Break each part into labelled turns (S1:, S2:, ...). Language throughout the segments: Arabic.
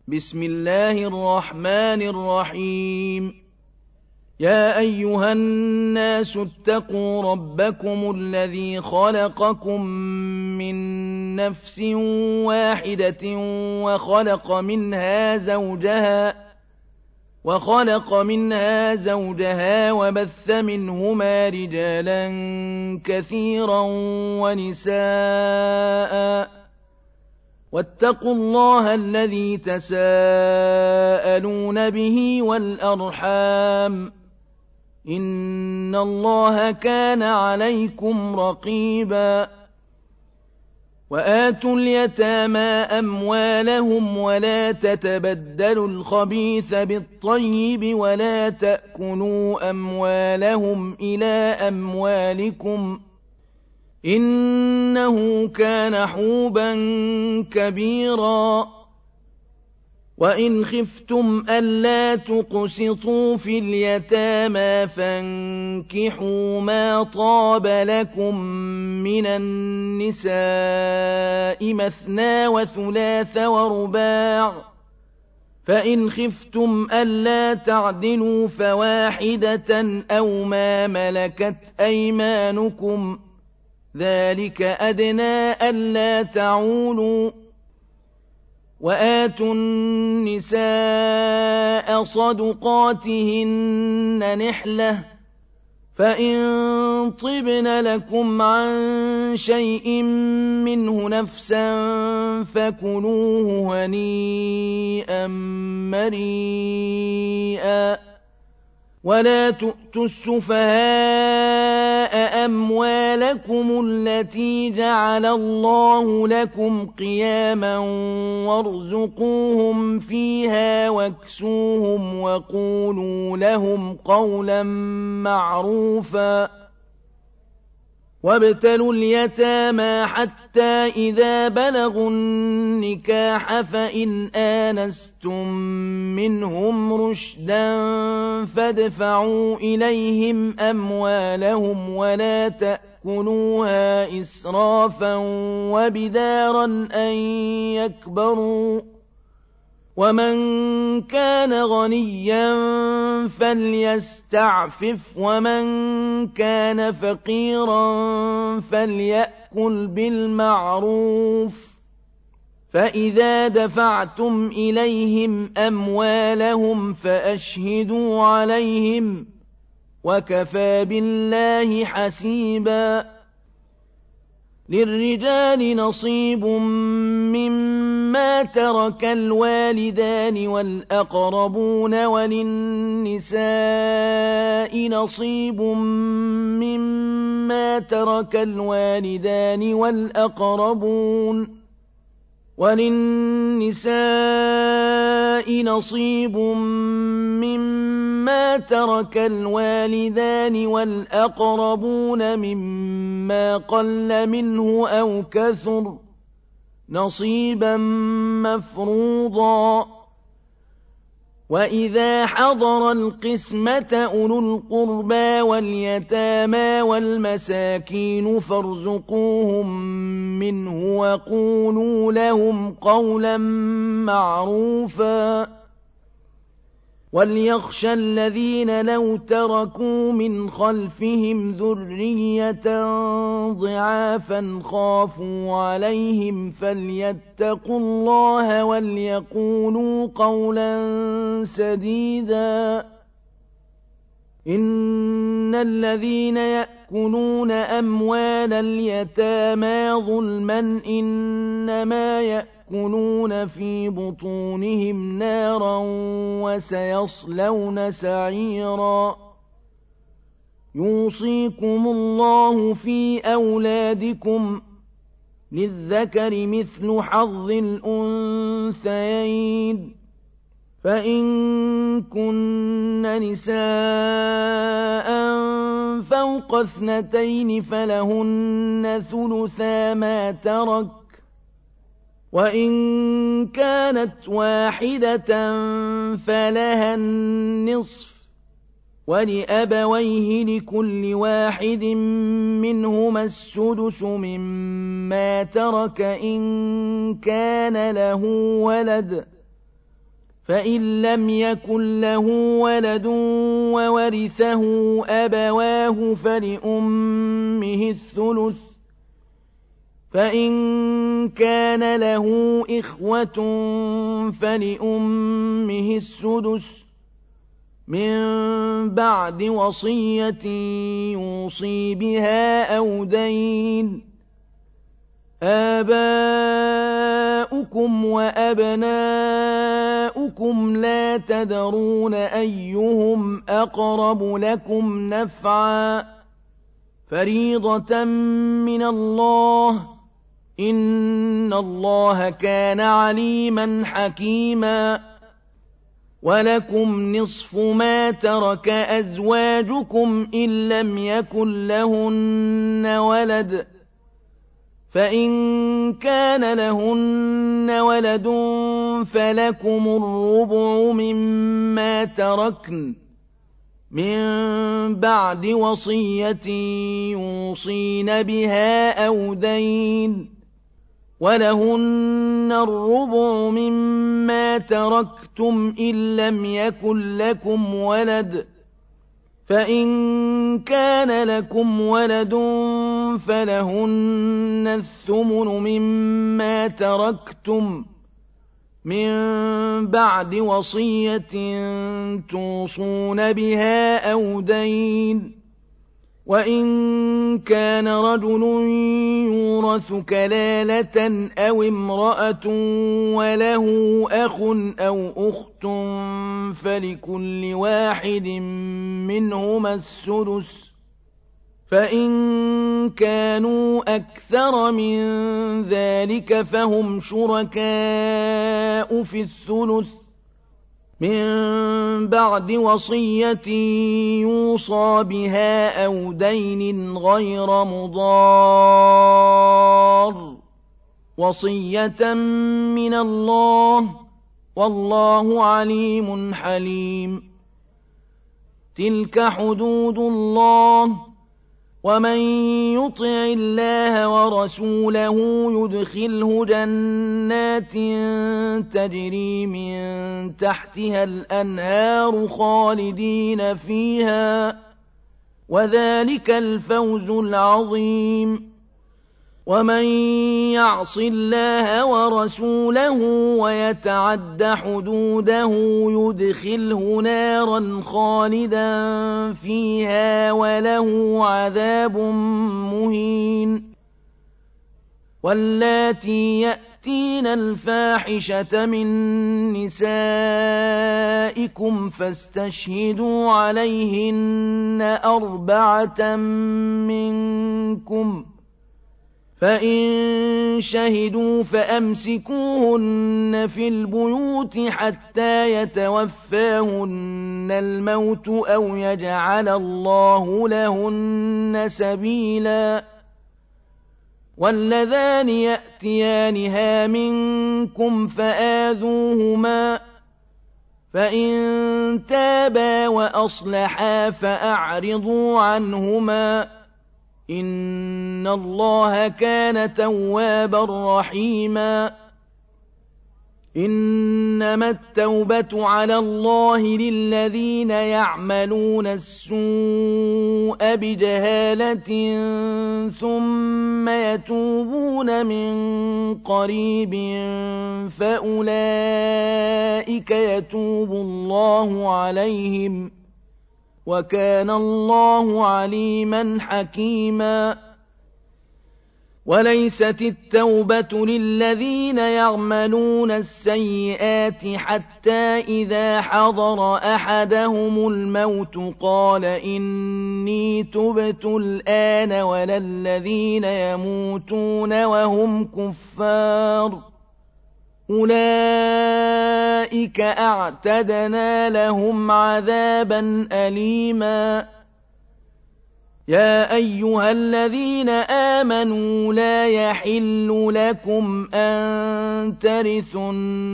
S1: بسم الله الرحمن الرحيم يا أيها الناس اتقوا ربكم الذي خلقكم من نفس واحدة وخلق منها زوجها وبث منهما رجالا كثيرا ونساء واتقوا الله الذي تساءلون به والأرحام إن الله كان عليكم رقيبا وآتوا اليتامى أموالهم ولا تتبدلوا الخبيث بالطيب ولا تأكلوا أموالهم إلى أموالكم إنه كان حوبا كبيرا وإن خفتم ألا تقسطوا في اليتامى فانكحوا ما طاب لكم من النساء مثنى وثلاث ورباع فإن خفتم ألا تعدلوا فواحدة أو ما ملكت أيمانكم ذلك أدنى ألا تعولوا وآتوا النساء صدقاتهن نحلة فإن طبن لكم عن شيء منه نفسا فكلوه هنيئا مريئا ولا تؤتوا السفهاء أموالكم التي جعل الله لكم قياما وارزقوهم فيها واكسوهم وقولوا لهم قولا معروفا وابتلوا اليتامى حتى إذا بلغوا النكاح فإن آنستم منهم رشدا فادفعوا إليهم أموالهم ولا تأكلوها إسرافا وبدارا أن يكبروا ومن كان غنيا فليستعفف ومن كان فقيرا فليأكل بالمعروف فإذا دفعتم إليهم أموالهم فأشهدوا عليهم وكفى بالله حسيبا للرجال نصيب مما ترك الوالدان والأقربون وللنساء نصيب مما ترك الوالدان والأقربون مما قل منه أو كثر نصيبا مفروضا وإذا حضر القسمة أولو القربى واليتامى والمساكين فارزقوهم منه وقولوا لهم قولا معروفا وليخشى الذين لو تركوا من خلفهم ذرية ضعافا خافوا عليهم فليتقوا الله وليقولوا قولا سديدا إن الذين يأكلون أموال اليتامى ظلما إنما يأكلون في بطونهم نارا وسيصلون سعيرا يوصيكم الله في أولادكم للذكر مثل حظ الأنثيين فإن كن نساء فوق 2 فلهن ثلثا ما ترك وإن كانت واحدة فلها النصف ولأبويه لكل واحد منهما السدس مما ترك إن كان له ولد فإن لم يكن له ولد وورثه أبواه فلأمه الثلث، فإن كان له إخوة فلأمه السدس من بعد وصية يوصي بها أو دين. آباؤكم وأبناؤكم لا تدرون أيهم أقرب لكم نفعا، فريضة من الله، إن الله كان عليما حكيما. ولكم نصف ما ترك أزواجكم إن لم يكن لهن ولد، فإن كان لهن ولد فلكم الربع مما تركن من بعد وصية يوصين بها أو دين. ولهن الربع مما تركتم إن لم يكن لكم ولد، فإن كان لكم ولد فلهن الثمن مما تركتم من بعد وصية توصون بها أو دين. وإن كان رجل يورث كلالة أو امرأة وله أخ أو أخت فلكل واحد منهما السدس، فإن كانوا أكثر من ذلك فهم شركاء في الثلث من بعد وصية يوصى بها أو دين غير مضار، وصية من الله، والله عليم حليم. تلك حدود الله، ومن يطع الله ورسوله يدخله جنات تجري من تحتها الأنهار خالدين فيها، وذلك الفوز العظيم. ومن يعص الله ورسوله ويتعد حدوده يدخله نارا خالدا فيها وله عذاب مهين. واللاتي يأتين الفاحشة من نسائكم فاستشهدوا عليهن 4 منكم، فإن شهدوا فأمسكوهن في البيوت حتى يتوفاهن الموت أو يجعل الله لهن سبيلا. واللذان يأتيانها منكم فآذوهما، فإن تابا وأصلحا فأعرضوا عنهما، إن الله كان توابا رحيما. إنما التوبة على الله للذين يعملون السوء بجهالة ثم يتوبون من قريب فأولئك يتوب الله عليهم، وكان الله عليما حكيما. وليست التوبة للذين يعملون السيئات حتى إذا حضر أحدهم الموت قال إني تبت الآن، ولا الذين يموتون وهم كفار، أولئك أعتدنا لهم عذابا أليما. يا أيها الذين آمنوا لا يحل لكم أن ترثوا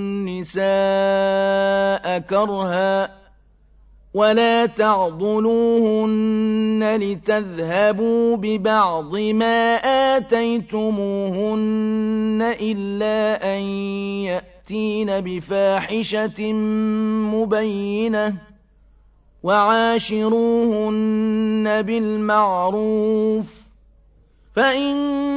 S1: النساء كرها، ولا تعضلوهن لتذهبوا ببعض ما آتيتموهن إلا أن يأتين يأتين بفاحشة مبينة وعاشروهن بالمعروف فإن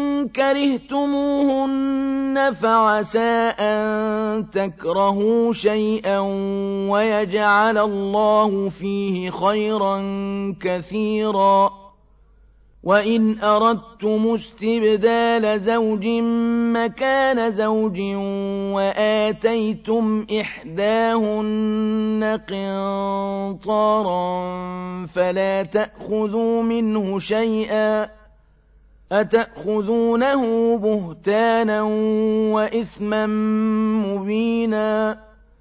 S1: كرهتموهن فعسى أن تكرهوا شيئا ويجعل الله فيه خيرا كثيرا وإن أردتم استبدال زوج مكان زوج وآتيتم إحداهن قنطارا فلا تأخذوا منه شيئا أتأخذونه بهتانا وإثما مبينا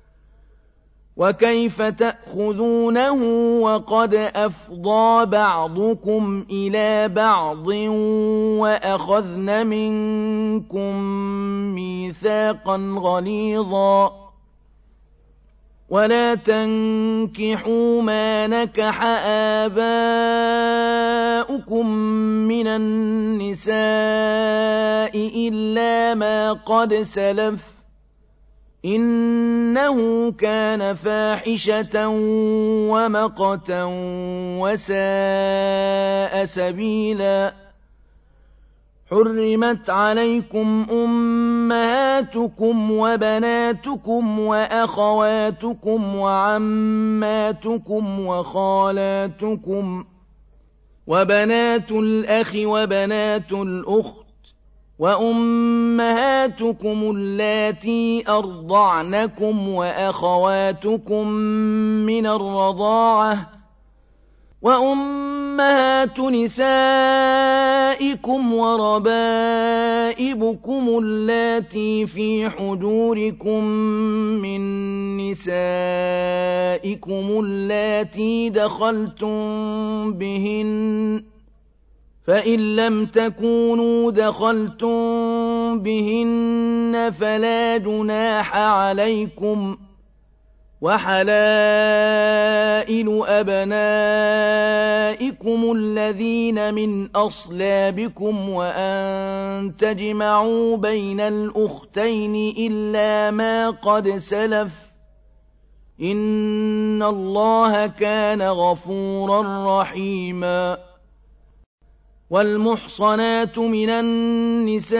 S1: وكيف تأخذونه وقد أفضى بعضكم إلى بعض وأخذن منكم ميثاقا غليظا ولا تنكحوا ما نكح آباؤكم من النساء إلا ما قد سلف إنه كان فاحشة ومقتا وساء سبيلا حرمت عليكم أمهاتكم وبناتكم وأخواتكم وعماتكم وخالاتكم وبنات الأخ وبنات الأخت وأمهاتكم اللاتي أرضعنكم وأخواتكم من الرضاعة وأمهات نسائكم وربائبكم اللاتي في حجوركم من نسائكم اللاتي دخلتم بهن فإن لم تكونوا دخلتم بهن فلا جناح عليكم وحلائل أبنائكم الذين من أصلابكم وأن تجمعوا بين الأختين إلا ما قد سلف إن الله كان غفورا رحيما والمحصنات من النساء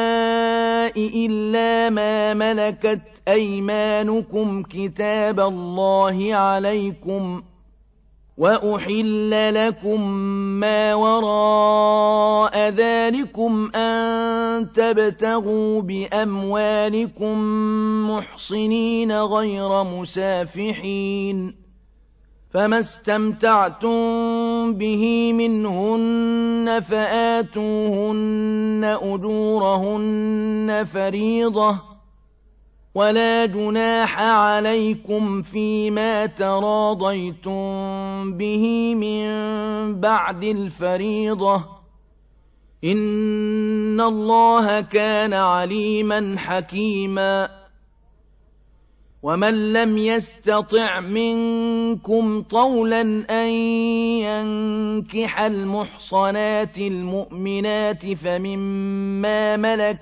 S1: إلا ما ملكت أيمانكم كتاب الله عليكم وأحل لكم ما وراء ذلكم أن تبتغوا بأموالكم محصنين غير مسافحين فما استمتعتم به منهن فآتوهن أجورهن فريضة ولا جناح عليكم فيما تراضيتم به من بعد الفريضة إن الله كان عليما حكيما ومن لم يستطع منكم طولا أن ينكح المحصنات المؤمنات فمما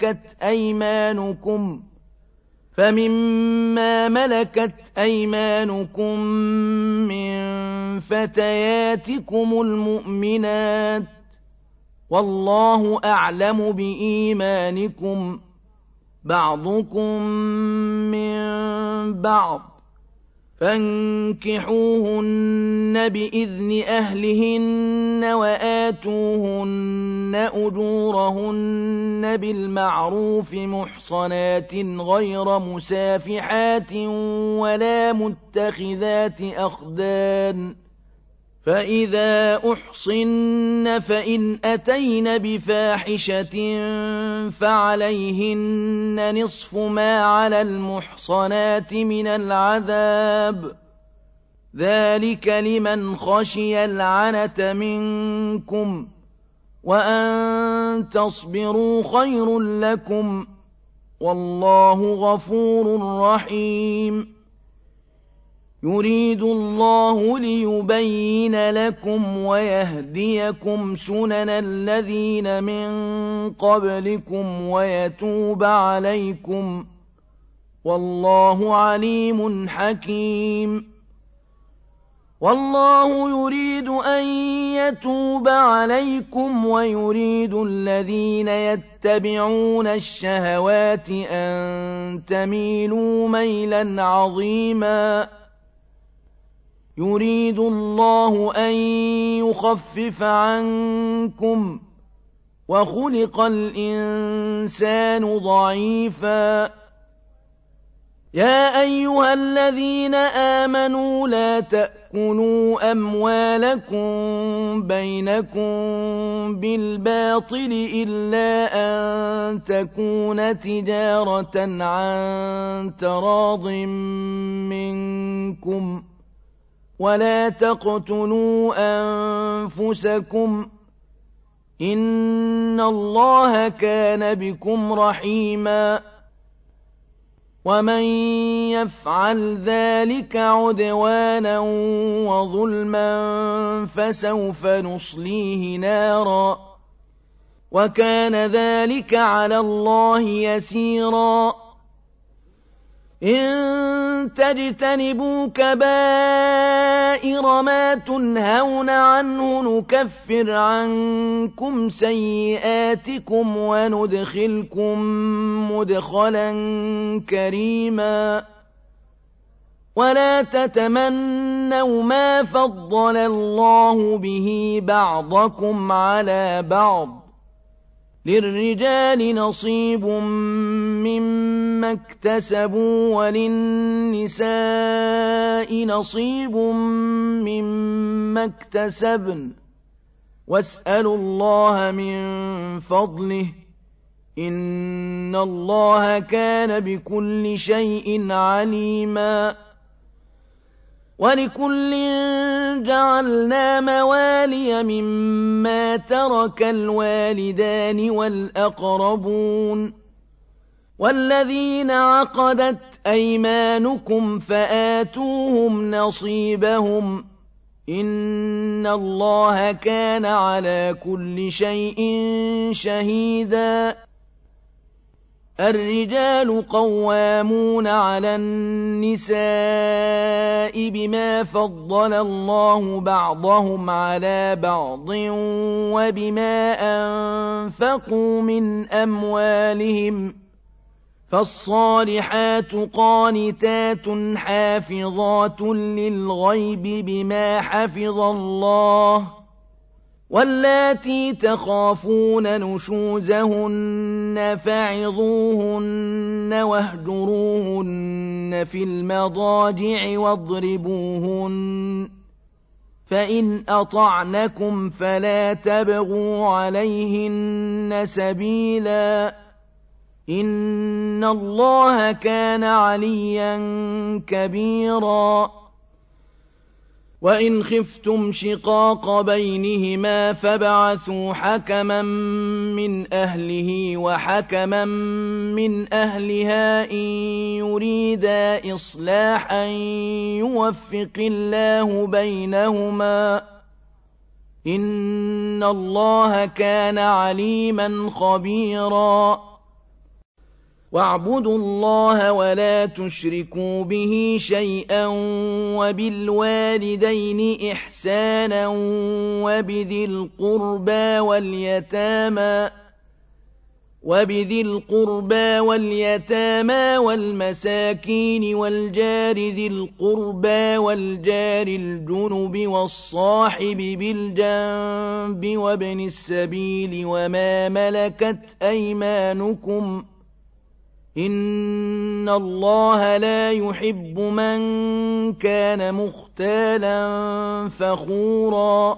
S1: ملكت أيمانكم من فتياتكم المؤمنات والله أعلم بإيمانكم بعضكم من بعض فانكحوهن بإذن أهلهن وآتوهن أجورهن بالمعروف محصنات غير مسافحات ولا متخذات أخدان فإذا أحصن فإن أتين بفاحشة فعليهن نصف ما على المحصنات من العذاب ذلك لمن خشي العنة منكم وأن تصبروا خير لكم والله غفور رحيم يريد الله ليبين لكم ويهديكم سنن الذين من قبلكم ويتوب عليكم والله عليم حكيم. والله يريد أن يتوب عليكم ويريد الذين يتبعون الشهوات أن تميلوا ميلا عظيما. يريد الله أن يخفف عنكم وخلق الإنسان ضعيفا. يا أيها الذين آمنوا لا تأكلوا أموالكم بينكم بالباطل إلا أن تكون تجارة عن تراض منكم ولا تقتلوا أنفسكم إن الله كان بكم رحيما. ومن يفعل ذلك عدوانا وظلما فسوف نصليه نارا وكان ذلك على الله يسيرا. إن تجتنبوا كبائر ما تنهون عنه نكفر عنكم سيئاتكم وندخلكم مدخلا كريما. ولا تتمنوا ما فضل الله به بعضكم على بعض للرجال نصيب مما اكتسبوا وللنساء نصيب مما اكتسبن واسألوا الله من فضله إن الله كان بكل شيء عليما. ولكل جعلنا موالي مما ترك الوالدان والأقربون والذين عقدت أيمانكم فآتوهم نصيبهم إن الله كان على كل شيء شهيدا. الرجال قوامون على النساء بما فضل الله بعضهم على بعض وبما أنفقوا من أموالهم فالصالحات قانتات حافظات للغيب بما حفظ الله واللاتي تخافون نشوزهن فعظوهن واهجروهن في المضاجع واضربوهن فإن أطعنكم فلا تبغوا عليهن سبيلا إن الله كان عليا كبيرا. وإن خفتم شقاق بينهما فابعثوا حكما من أهله وحكما من أهلها إن يريدا إصلاحا يوفق الله بينهما إن الله كان عليما خبيرا. واعبدوا الله ولا تشركوا به شيئا وبالوالدين إحسانا وبذي القربى واليتامى والمساكين والجار ذي القربى والجار الجنب والصاحب بالجنب وابن السبيل وما ملكت أيمانكم إن الله لا يحب من كان مختالا فخورا.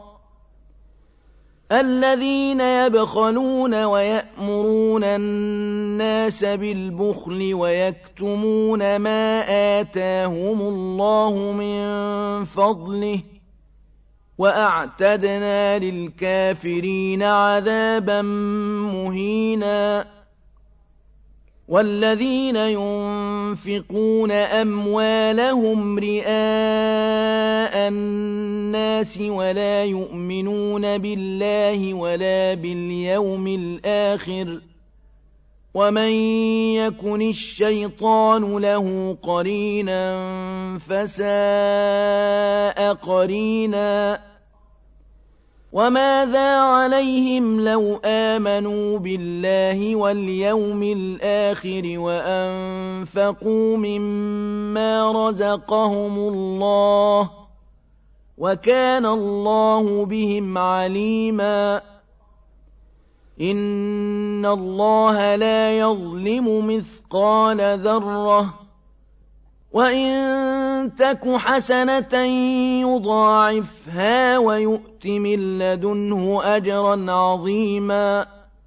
S1: الذين يبخلون ويأمرون الناس بالبخل ويكتمون ما آتاهم الله من فضله وأعتدنا للكافرين عذابا مهينا. والذين ينفقون أموالهم رئاء الناس ولا يؤمنون بالله ولا باليوم الآخر ومن يكن الشيطان له قرينا فساء قرينا وماذا عليهم لو آمنوا بالله واليوم الآخر وأنفقوا مما رزقهم الله وكان الله بهم عليما إن الله لا يظلم مثقال ذرة وإن تك حسنة يضاعفها ويؤت من لدنه أجرا عظيما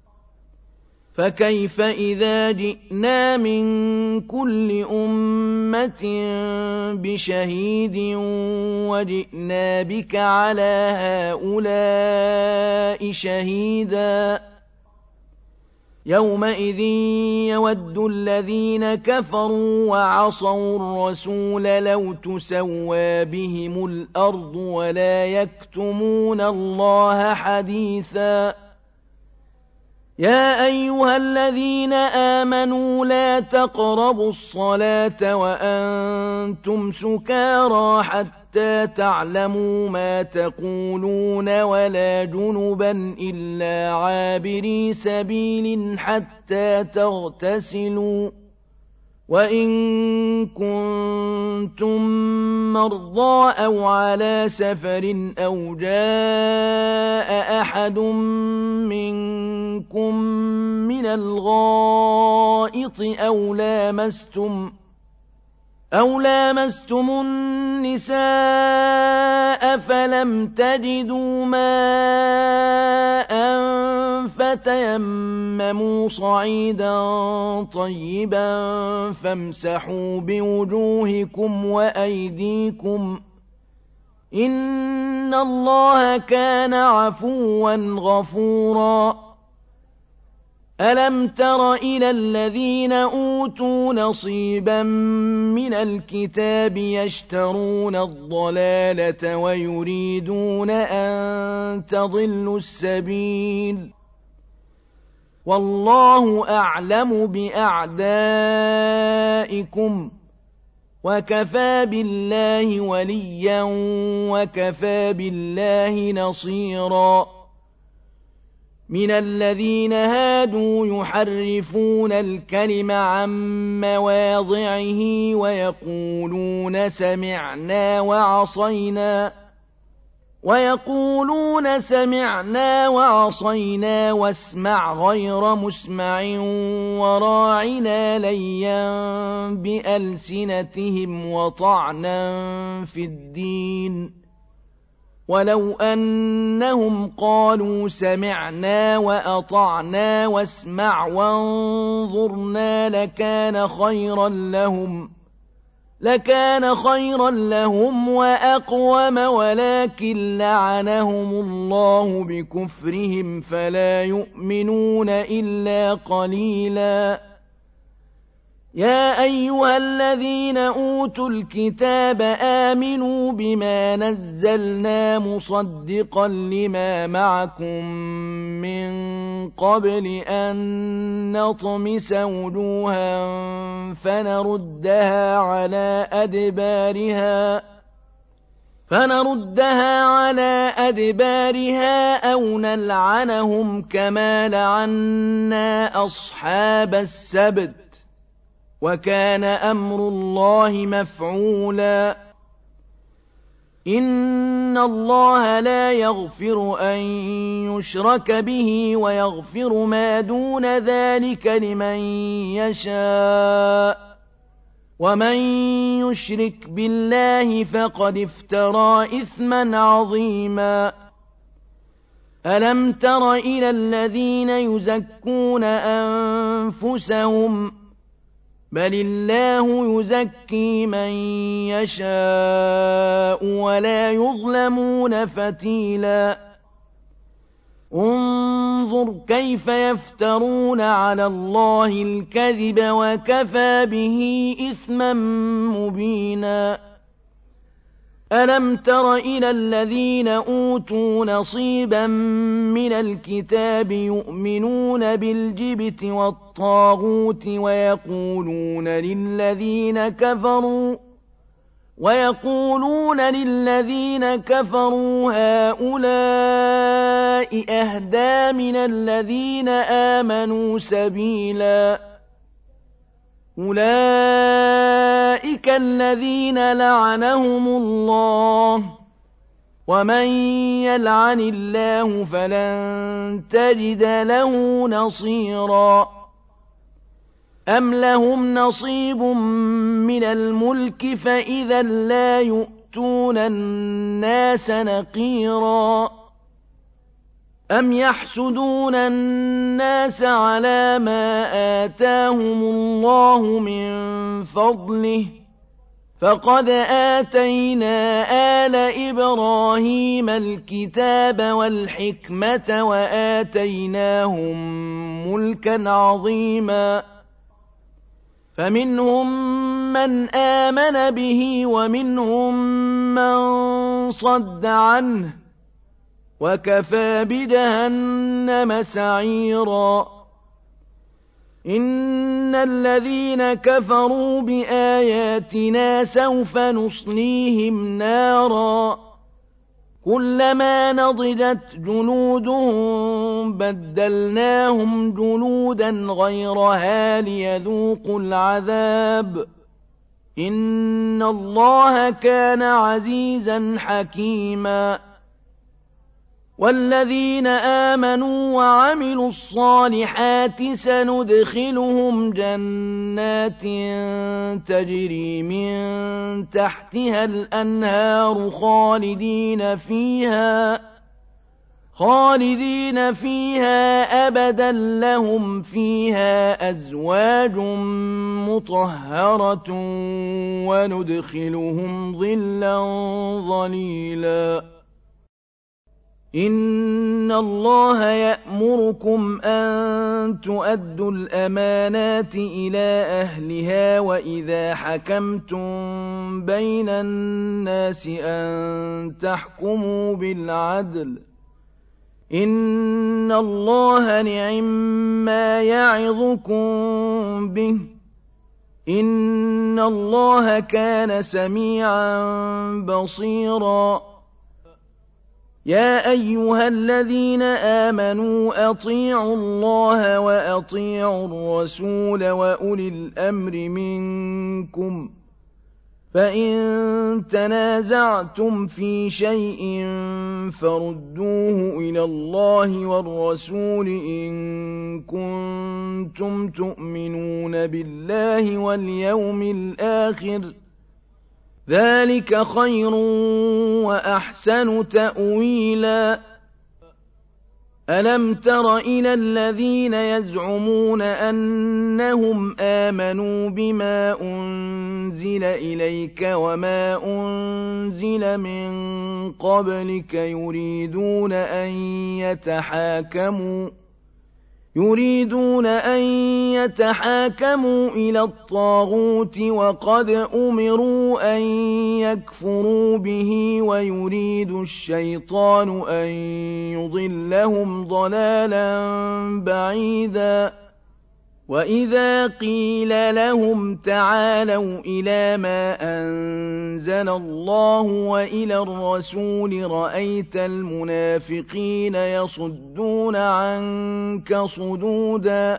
S1: فكيف إذا جئنا من كل أمة بشهيد وجئنا بك على هؤلاء شهيدا يومئذ يود الذين كفروا وعصوا الرسول لو تسوى بهم الأرض ولا يكتمون الله حديثا يا أيها الذين آمنوا لا تقربوا الصلاة وأنتم سكارى حتى تعلموا ما تقولون ولا جنبا إلا عابري سبيل حتى تغتسلوا وإن كنتم مرضى أو على سفر أو جاء أحد منكم من الغائط أو لامستم النساء فلم تجدوا ماء فتيمموا صعيدا طيبا فامسحوا بوجوهكم وأيديكم إن الله كان عفوا غفورا ألم تر إلى الذين أوتوا نصيبا من الكتاب يشترون الضلالة ويريدون أن تضلوا السبيل والله أعلم بأعدائكم وكفى بالله وليا وكفى بالله نصيرا من الذين هادوا يحرفون الكلم عن مواضعه ويقولون سمعنا وعصينا واسمع غير مسمع وراعنا ليا بألسنتهم وطعنا في الدين ولو أنهم قالوا سمعنا وأطعنا واسمع وانظرنا لكان خيرا لهم وأقوم ولكن لعنهم الله بكفرهم فلا يؤمنون إلا قليلا يا أيها الذين أوتوا الكتاب آمنوا بما نزلنا مصدقا لما معكم من قبل أن نطمس وجوها فنردها على أدبارها أو نلعنهم كما لعنا أصحاب السبت وكان أمر الله مفعولا إن الله لا يغفر أن يشرك به ويغفر ما دون ذلك لمن يشاء ومن يشرك بالله فقد افترى إثما عظيما ألم تر إلى الذين يزكون أنفسهم بل الله يزكي من يشاء ولا يظلمون فتيلا انظر كيف يفترون على الله الكذب وكفى به إثما مبينا ألم تر إلى الذين أوتوا نصيبا من الكتاب يؤمنون بالجبت والطاغوت ويقولون للذين كفروا هؤلاء أهدى من الذين آمنوا سبيلا أولئك الذين لعنهم الله ومن يلعن الله فلن تجد له نصيرا أم لهم نصيب من الملك فإذا لا يؤتون الناس نقيرا أم يحسدون الناس على ما آتاهم الله من فضله فقد آتينا آل إبراهيم الكتاب والحكمة وآتيناهم ملكا عظيما فمنهم من آمن به ومنهم من صد عنه وكفى بجهنم سعيرا إن الذين كفروا بآياتنا سوف نصليهم نارا كلما نضجت جلودهم بدلناهم جلودا غيرها ليذوقوا العذاب إن الله كان عزيزا حكيما والذين آمنوا وعملوا الصالحات سندخلهم جنات تجري من تحتها الأنهار خالدين فيها أبدا لهم فيها أزواج مطهرة وندخلهم ظلا ظليلا إن الله يأمركم أن تؤدوا الأمانات إلى أهلها وإذا حكمتم بين الناس أن تحكموا بالعدل إن الله نعما يعظكم به إن الله كان سميعا بصيرا يا أيها الذين آمنوا أطيعوا الله وأطيعوا الرسول وأولي الأمر منكم فإن تنازعتم في شيء فردوه إلى الله والرسول إن كنتم تؤمنون بالله واليوم الآخر ذلك خير وأحسن تأويلا ألم تر إلى الذين يزعمون أنهم آمنوا بما أنزل إليك وما أنزل من قبلك يريدون أن يتحاكموا إلى الطاغوت وقد أمروا أن يكفروا به ويريد الشيطان أن يضلهم ضلالا بعيدا وإذا قيل لهم تعالوا إلى ما أنزل الله وإلى الرسول رأيت المنافقين يصدون عنك صدودا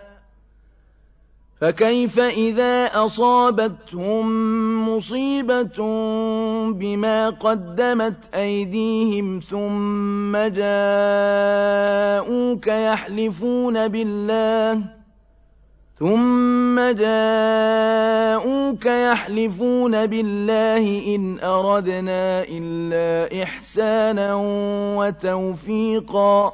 S1: فكيف إذا أصابتهم مصيبة بما قدمت أيديهم ثم جاءوك يحلفون بالله إن أردنا إلا إحسانا وتوفيقا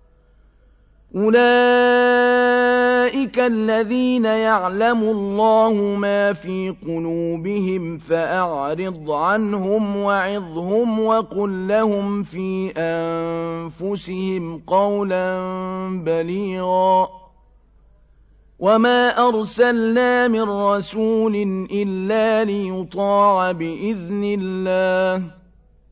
S1: أولئك الذين يعلم الله ما في قلوبهم فأعرض عنهم وعظهم وقل لهم في أنفسهم قولا بليغا وما أرسلنا من رسول إلا ليطاع بإذن الله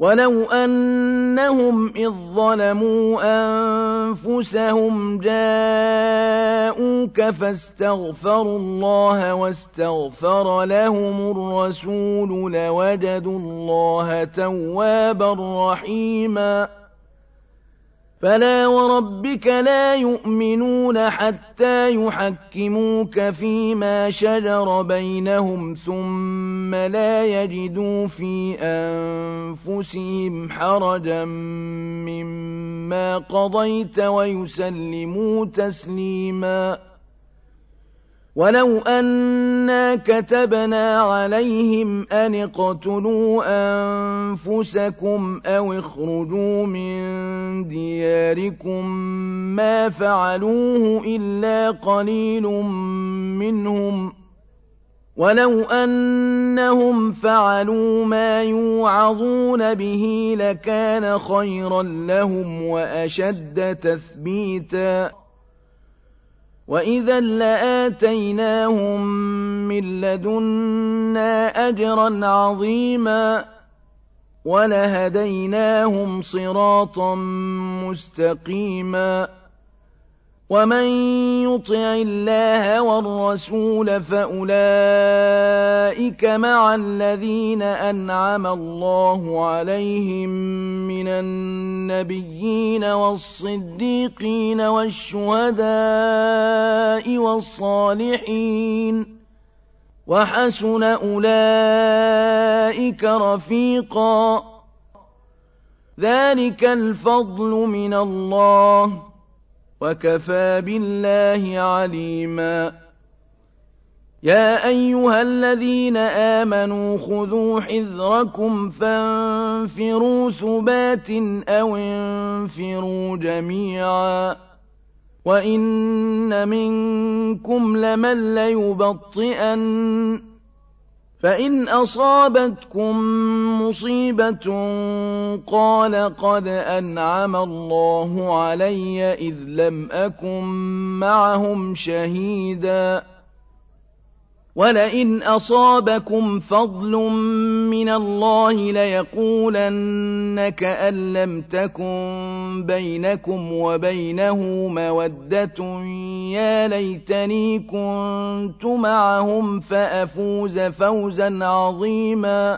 S1: ولو أنهم إذ ظلموا أنفسهم جاءوك فاستغفروا الله واستغفر لهم الرسول لوجدوا الله توابا رحيما فلا وربك لا يؤمنون حتى يحكموك فيما شجر بينهم ثم لا يجدوا في أنفسهم حرجا مما قضيت ويسلموا تسليما ولو أنا كتبنا عليهم أن اقتلوا أنفسكم أو اخرجوا من دياركم ما فعلوه إلا قليل منهم ولو أنهم فعلوا ما يوعظون به لكان خيرا لهم وأشد تثبيتا وإذا لآتيناهم من لدنا أجرا عظيما ولهديناهم صراطا مستقيما ومن يطع الله والرسول فأولئك مع الذين أنعم الله عليهم من النبيين والصديقين والشهداء والصالحين وحسن أولئك رفيقا ذلك الفضل من الله وكفى بالله عليما يا أيها الذين آمنوا خذوا حذركم فانفروا ثبات أو انفروا جميعا وإن منكم لمن ليبطئن فإن أصابتكم مصيبة قال قد أنعم الله علي إذ لم أكن معهم شهيدا ولئن أصابكم فضل من الله ليقولن كأن لم تكن بينكم وبينه مودة يا ليتني كنت معهم فأفوز فوزا عظيما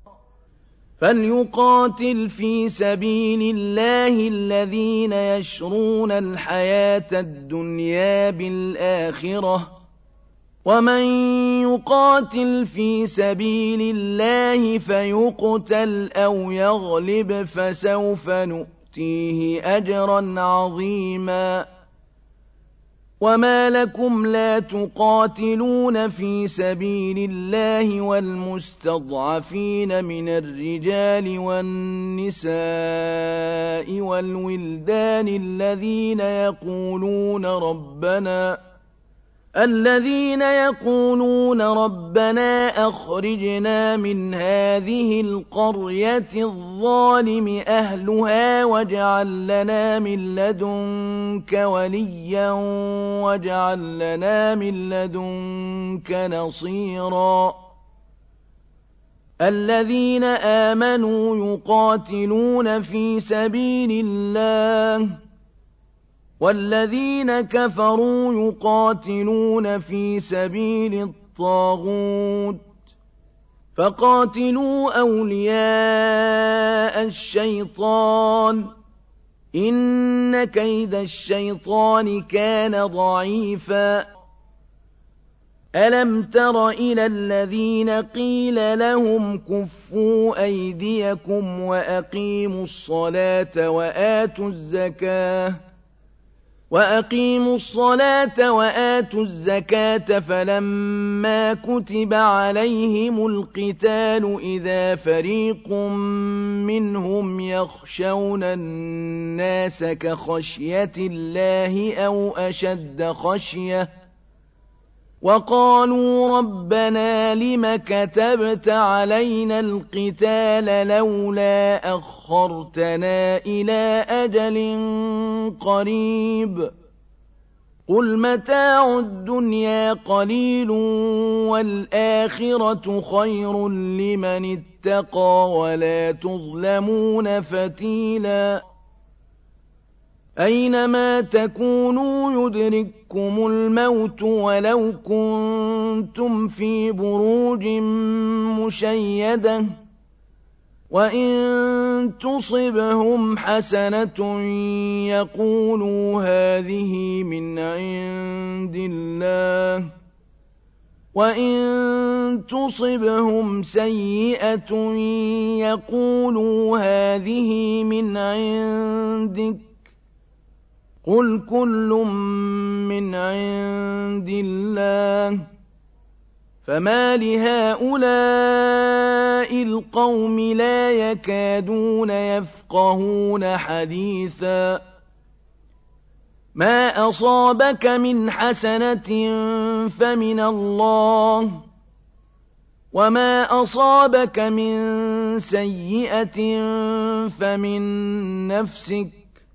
S1: فليقاتل في سبيل الله الذين يشرون الحياة الدنيا بالآخرة ومن يقاتل في سبيل الله فيقتل أو يغلب فسوف نؤتيه أجرا عظيما وما لكم لا تقاتلون في سبيل الله والمستضعفين من الرجال والنساء والولدان الذين يقولون ربنا أخرجنا من هذه القرية الظالم أهلها واجعل لنا من لدنك وليا واجعل لنا من لدنك نصيرا الذين آمنوا يقاتلون في سبيل الله والذين كفروا يقاتلون في سبيل الطاغوت فقاتلوا أولياء الشيطان إن كيد الشيطان كان ضعيفا ألم تر إلى الذين قيل لهم كفوا أيديكم وأقيموا الصلاة وآتوا الزكاة فلما كتب عليهم القتال إذا فريق منهم يخشون الناس كخشية الله أو أشد خشية وقالوا ربنا لم كتبت علينا القتال لولا أخرتنا إلى أجل قريب قل متاع الدنيا قليل والآخرة خير لمن اتقى ولا تظلمون فتيلا أينما تكونوا يدرككم الموت ولو كنتم في بروج مشيدة وإن تصبهم حسنة يقولوا هذه من عند الله وإن تصبهم سيئة يقولوا هذه من عندك قل كل من عند الله فما لهؤلاء القوم لا يكادون يفقهون حديثا ما أصابك من حسنة فمن الله وما أصابك من سيئة فمن نفسك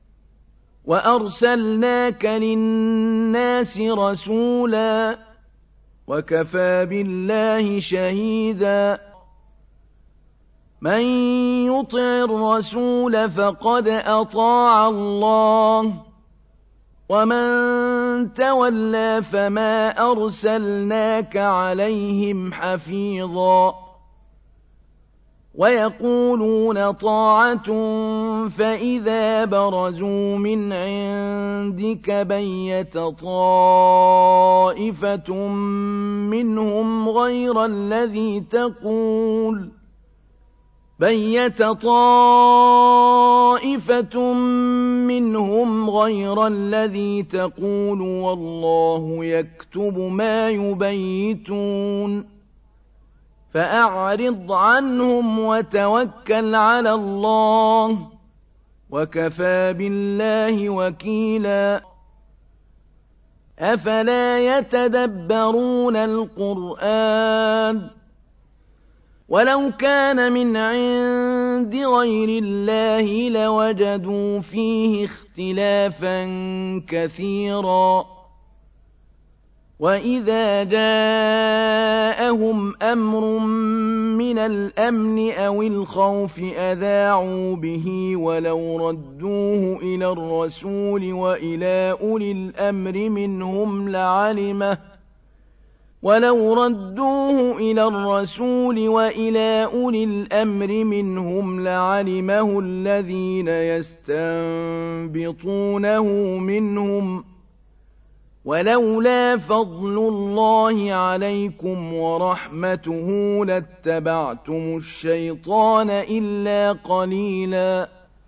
S1: وأرسلناك للناس رسولا وكفى بالله شهيدا من يطع الرسول فقد أطاع الله ومن تولى فما أرسلناك عليهم حفيظا ويقولون طاعة فإذا برزوا من عندك بيت طائفة منهم غير الذي تقول والله يكتب ما يبيتون فأعرض عنهم وتوكل على الله وكفى بالله وكيلا أفلا يتدبرون القرآن ولو كان من عند غير الله لوجدوا فيه اختلافا كثيرا وإذا جاءهم أمر من الأمن أو الخوف أذاعوا به ولو ردوه إلى الرسول وإلى أولي الأمر منهم لعلمه الذين يستنبطونه منهم ولولا فضل الله عليكم ورحمته لاتبعتم الشيطان إلا قليلا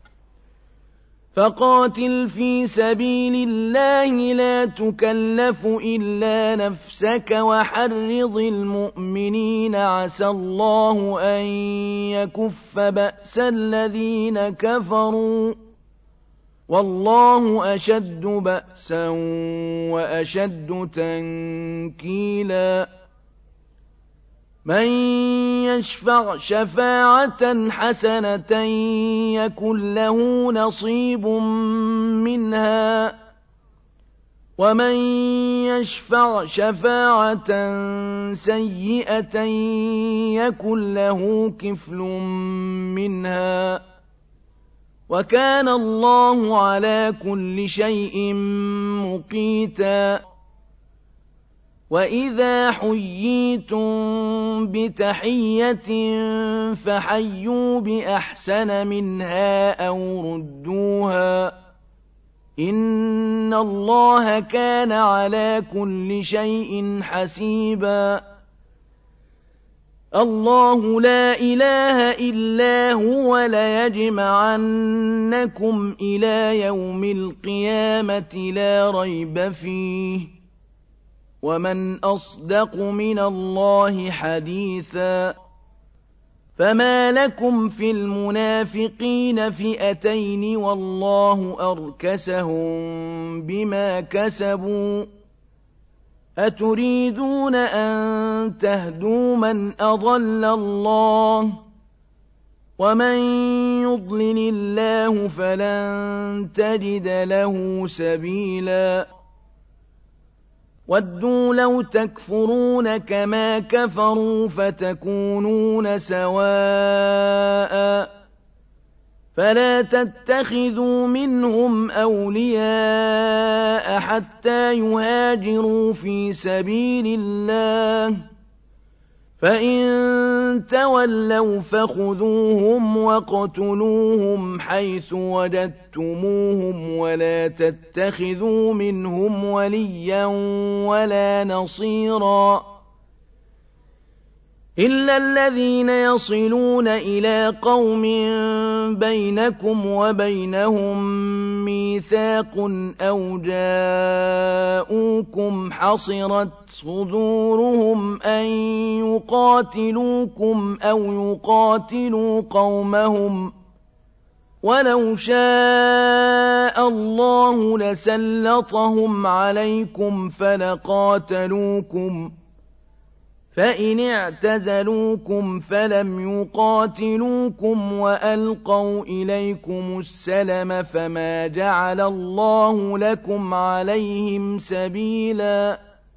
S1: فقاتل في سبيل الله لا تكلف إلا نفسك وحرض المؤمنين عسى الله أن يكف بأس الذين كفروا والله أشد بأسا وأشد تنكيلا من يشفع شفاعة حسنة يكن له نصيب منها ومن يشفع شفاعة سيئة يكن له كفل منها وكان الله على كل شيء مقيتا وإذا حييتم بتحية فحيوا بأحسن منها أو ردوها إن الله كان على كل شيء حسيبا الله لا إله إلا هو ليجمعنكم إلى يوم القيامة لا ريب فيه ومن أصدق من الله حديثا فما لكم في المنافقين فئتين والله أركسهم بما كسبوا أتريدون أن تهدوا من أضل الله ومن يضلل الله فلن تجد له سبيلا وَدُّوا لَوْ تَكْفُرُونَ كَمَا كَفَرُوا فَتَكُونُونَ سَوَاءً فَلَا تَتَّخِذُوا مِنْهُمْ أَوْلِيَاءَ حَتَّى يُهَاجِرُوا فِي سَبِيلِ اللَّهِ ۚ فَإِن تَوَلَّوْا فَخُذُوهُمْ وَاقْتُلُوهُمْ حَيْثُ وَجَدتُّمُوهُمْ وَلَا تَتَّخِذُوا مِنْهُمْ وَلِيًّا وَلَا نَصِيرًا إِلَّا الَّذِينَ يَصِلُونَ إِلَىٰ قَوْمٍ بَيْنَكُمْ وَبَيْنَهُم مِّيثَاقٌ أَوْ جَاءُوكُمْ حَصِرَتْ صُدُورُهُمْ أَن يُقَاتِلُوكُمْ أَوْ يُقَاتِلُوا قَوْمَهُمْ ۚ وَلَوْ شَاءَ اللَّهُ لَسَلَّطَهُمْ عَلَيْكُمْ فَلَقَاتَلُوكُمْ ۚ فَإِنِ اعْتَزَلُوكُمْ فَلَمْ يُقَاتِلُوكُمْ وَأَلْقَوْا إِلَيْكُمُ السَّلَمَ فَمَا جَعَلَ اللَّهُ لَكُمْ عَلَيْهِمْ سَبِيلًا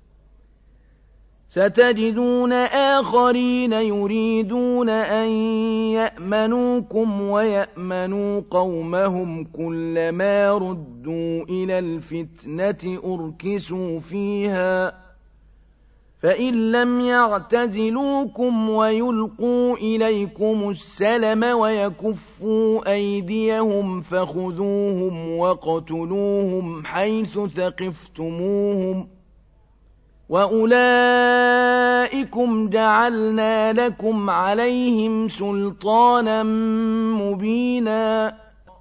S1: سَتَجِدُونَ آخَرِينَ يُرِيدُونَ أَن يَأْمَنُوكُمْ وَيَأْمَنُوا قَوْمَهُمْ كُلَّمَا رُدُّوا إِلَى الْفِتْنَةِ أُرْكِسُوا فِيهَا ۚ فَإِن لَّمْ يَعْتَزِلُوكُمْ وَيُلْقُوا إِلَيْكُمُ السَّلَمَ وَيَكُفُّوا أَيْدِيَهُمْ فَخُذُوهُمْ وَاقْتُلُوهُمْ حَيْثُ ثَقِفْتُمُوهُمْ ۚ وَأُولَٰئِكُمْ جَعَلْنَا لَكُمْ عَلَيْهِمْ سُلْطَانًا مُّبِينًا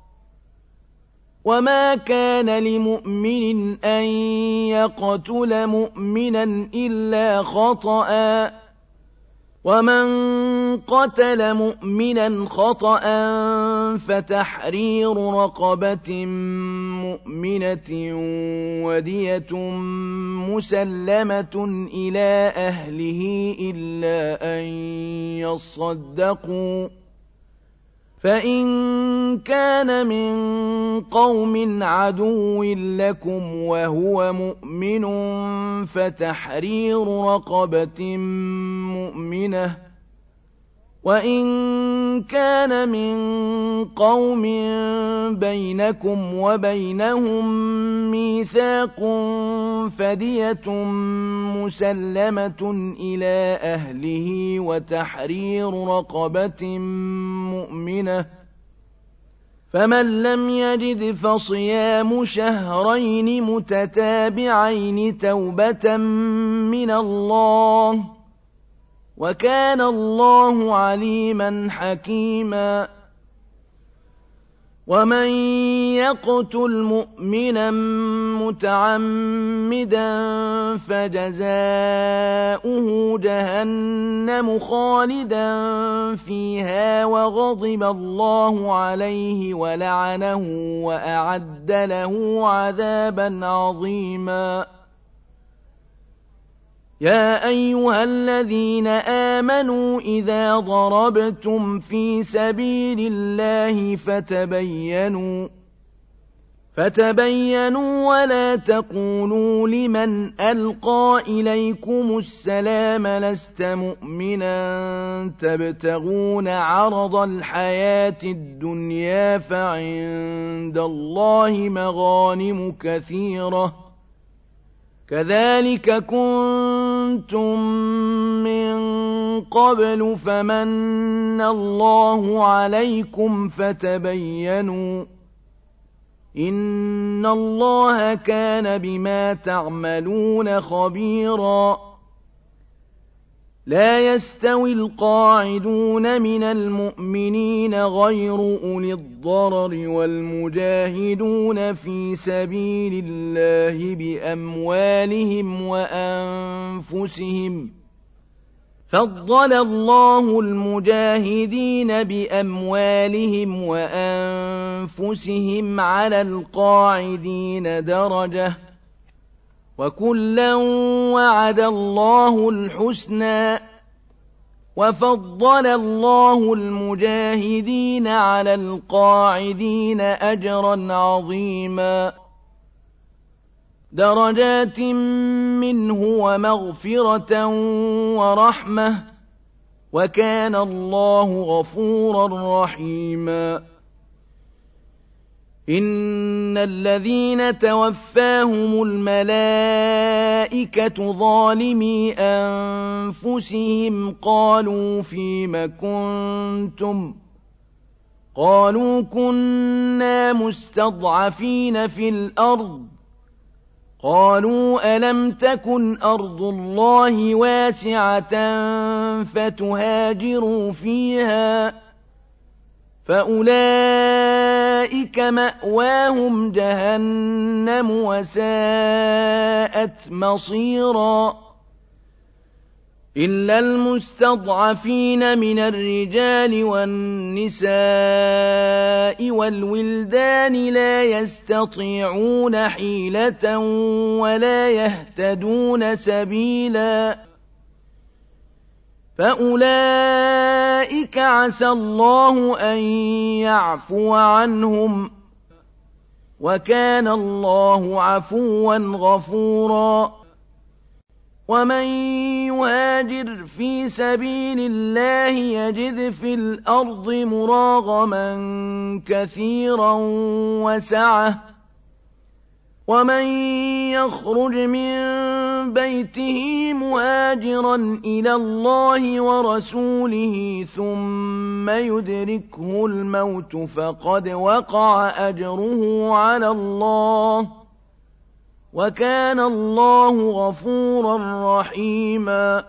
S1: وَمَا كَانَ لِمُؤْمِنٍ أَن يَقْتُلَ مُؤْمِنًا إِلَّا خَطَأً ۚ وَمَن قَتَلَ مُؤْمِنًا خَطَأً فَتَحْرِيرُ رَقَبَةٍ مُّؤْمِنَةٍ وَدِيَةٌ مُّسَلَّمَةٌ إِلَىٰ أَهْلِهِ إِلَّا أَن يَصَّدَّقُوا ۚ فَإِن كَانَ مِن قَوْمٍ عَدُوٍّ لَّكُمْ وَهُوَ مُؤْمِنٌ فَتَحْرِيرُ رَقَبَةٍ مُّؤْمِنَةٍ ۖ وَإِن كَانَ مِن قَوْمٍ بَيْنَكُمْ وَبَيْنَهُم مِّيثَاقٌ فَدِيَةٌ مُّسَلَّمَةٌ إِلَىٰ أَهْلِهِ وَتَحْرِيرُ رَقَبَةٍ مُّؤْمِنَةٍ ۖ فَمَن لَّمْ يَجِدْ فَصِيَامُ شَهْرَيْنِ مُتَتَابِعَيْنِ تَوْبَةً مِّنَ اللَّهِ ۗ وَكَانَ اللَّهُ عَلِيمًا حَكِيمًا وَمَن يَقْتُلْ مُؤْمِنًا مُّتَعَمِّدًا فَجَزَاؤُهُ جَهَنَّمُ خَالِدًا فِيهَا وَغَضِبَ اللَّهُ عَلَيْهِ وَلَعَنَهُ وَأَعَدَّ لَهُ عَذَابًا عَظِيمًا يَا أَيُّهَا الَّذِينَ آمَنُوا إِذَا ضَرَبْتُمْ فِي سَبِيلِ اللَّهِ فَتَبَيَّنُوا وَلَا تَقُولُوا لِمَنْ أَلْقَىٰ إِلَيْكُمُ السَّلَامَ لَسْتَ مُؤْمِنًا تَبْتَغُونَ عَرَضَ الْحَيَاةِ الدُّنْيَا فَعِندَ اللَّهِ مَغَانِمُ كَثِيرَةٌ ۚ كَذَٰلِكَ كُنتُم مِّن قَبْلُ فَمَنَّ اللَّهُ عَلَيْكُمْ فَتَبَيَّنُوا ۚ إِنَّ اللَّهَ كَانَ بِمَا تَعْمَلُونَ خَبِيرًا لَا يَسْتَوِي الْقَاعِدُونَ مِنَ الْمُؤْمِنِينَ غَيْرُ أُولِي الضَّرَرِ وَالْمُجَاهِدُونَ فِي سَبِيلِ اللَّهِ بِأَمْوَالِهِمْ وَأَنفُسِهِمْ ۚ فَضَّلَ اللَّهُ الْمُجَاهِدِينَ بِأَمْوَالِهِمْ وَأَنفُسِهِمْ عَلَى الْقَاعِدِينَ دَرَجَةً ۚ وَكُلًّا وَعَدَ اللَّهُ الْحُسْنَىٰ ۚ وَفَضَّلَ اللَّهُ الْمُجَاهِدِينَ عَلَى الْقَاعِدِينَ أَجْرًا عَظِيمًا درجات منه ومغفرة ورحمة وكان الله غفورا رحيما إن الذين توفاهم الملائكة ظالمي أنفسهم قالوا فيم كنتم قالوا كنا مستضعفين في الأرض قالوا ألم تكن أرض الله واسعة فتهاجروا فيها فأولئك مأواهم جهنم وساءت مصيرا إلا المستضعفين من الرجال والنساء والولدان لا يستطيعون حيلة ولا يهتدون سبيلا فأولئك عسى الله أن يعفو عنهم وكان الله عفوا غفورا ومن يهاجر في سبيل الله يجد في الأرض مراغما كثيرا وسعة ومن يخرج من بيته مهاجرا إلى الله ورسوله ثم يدركه الموت فقد وقع أجره على الله وكان الله غفورا رحيما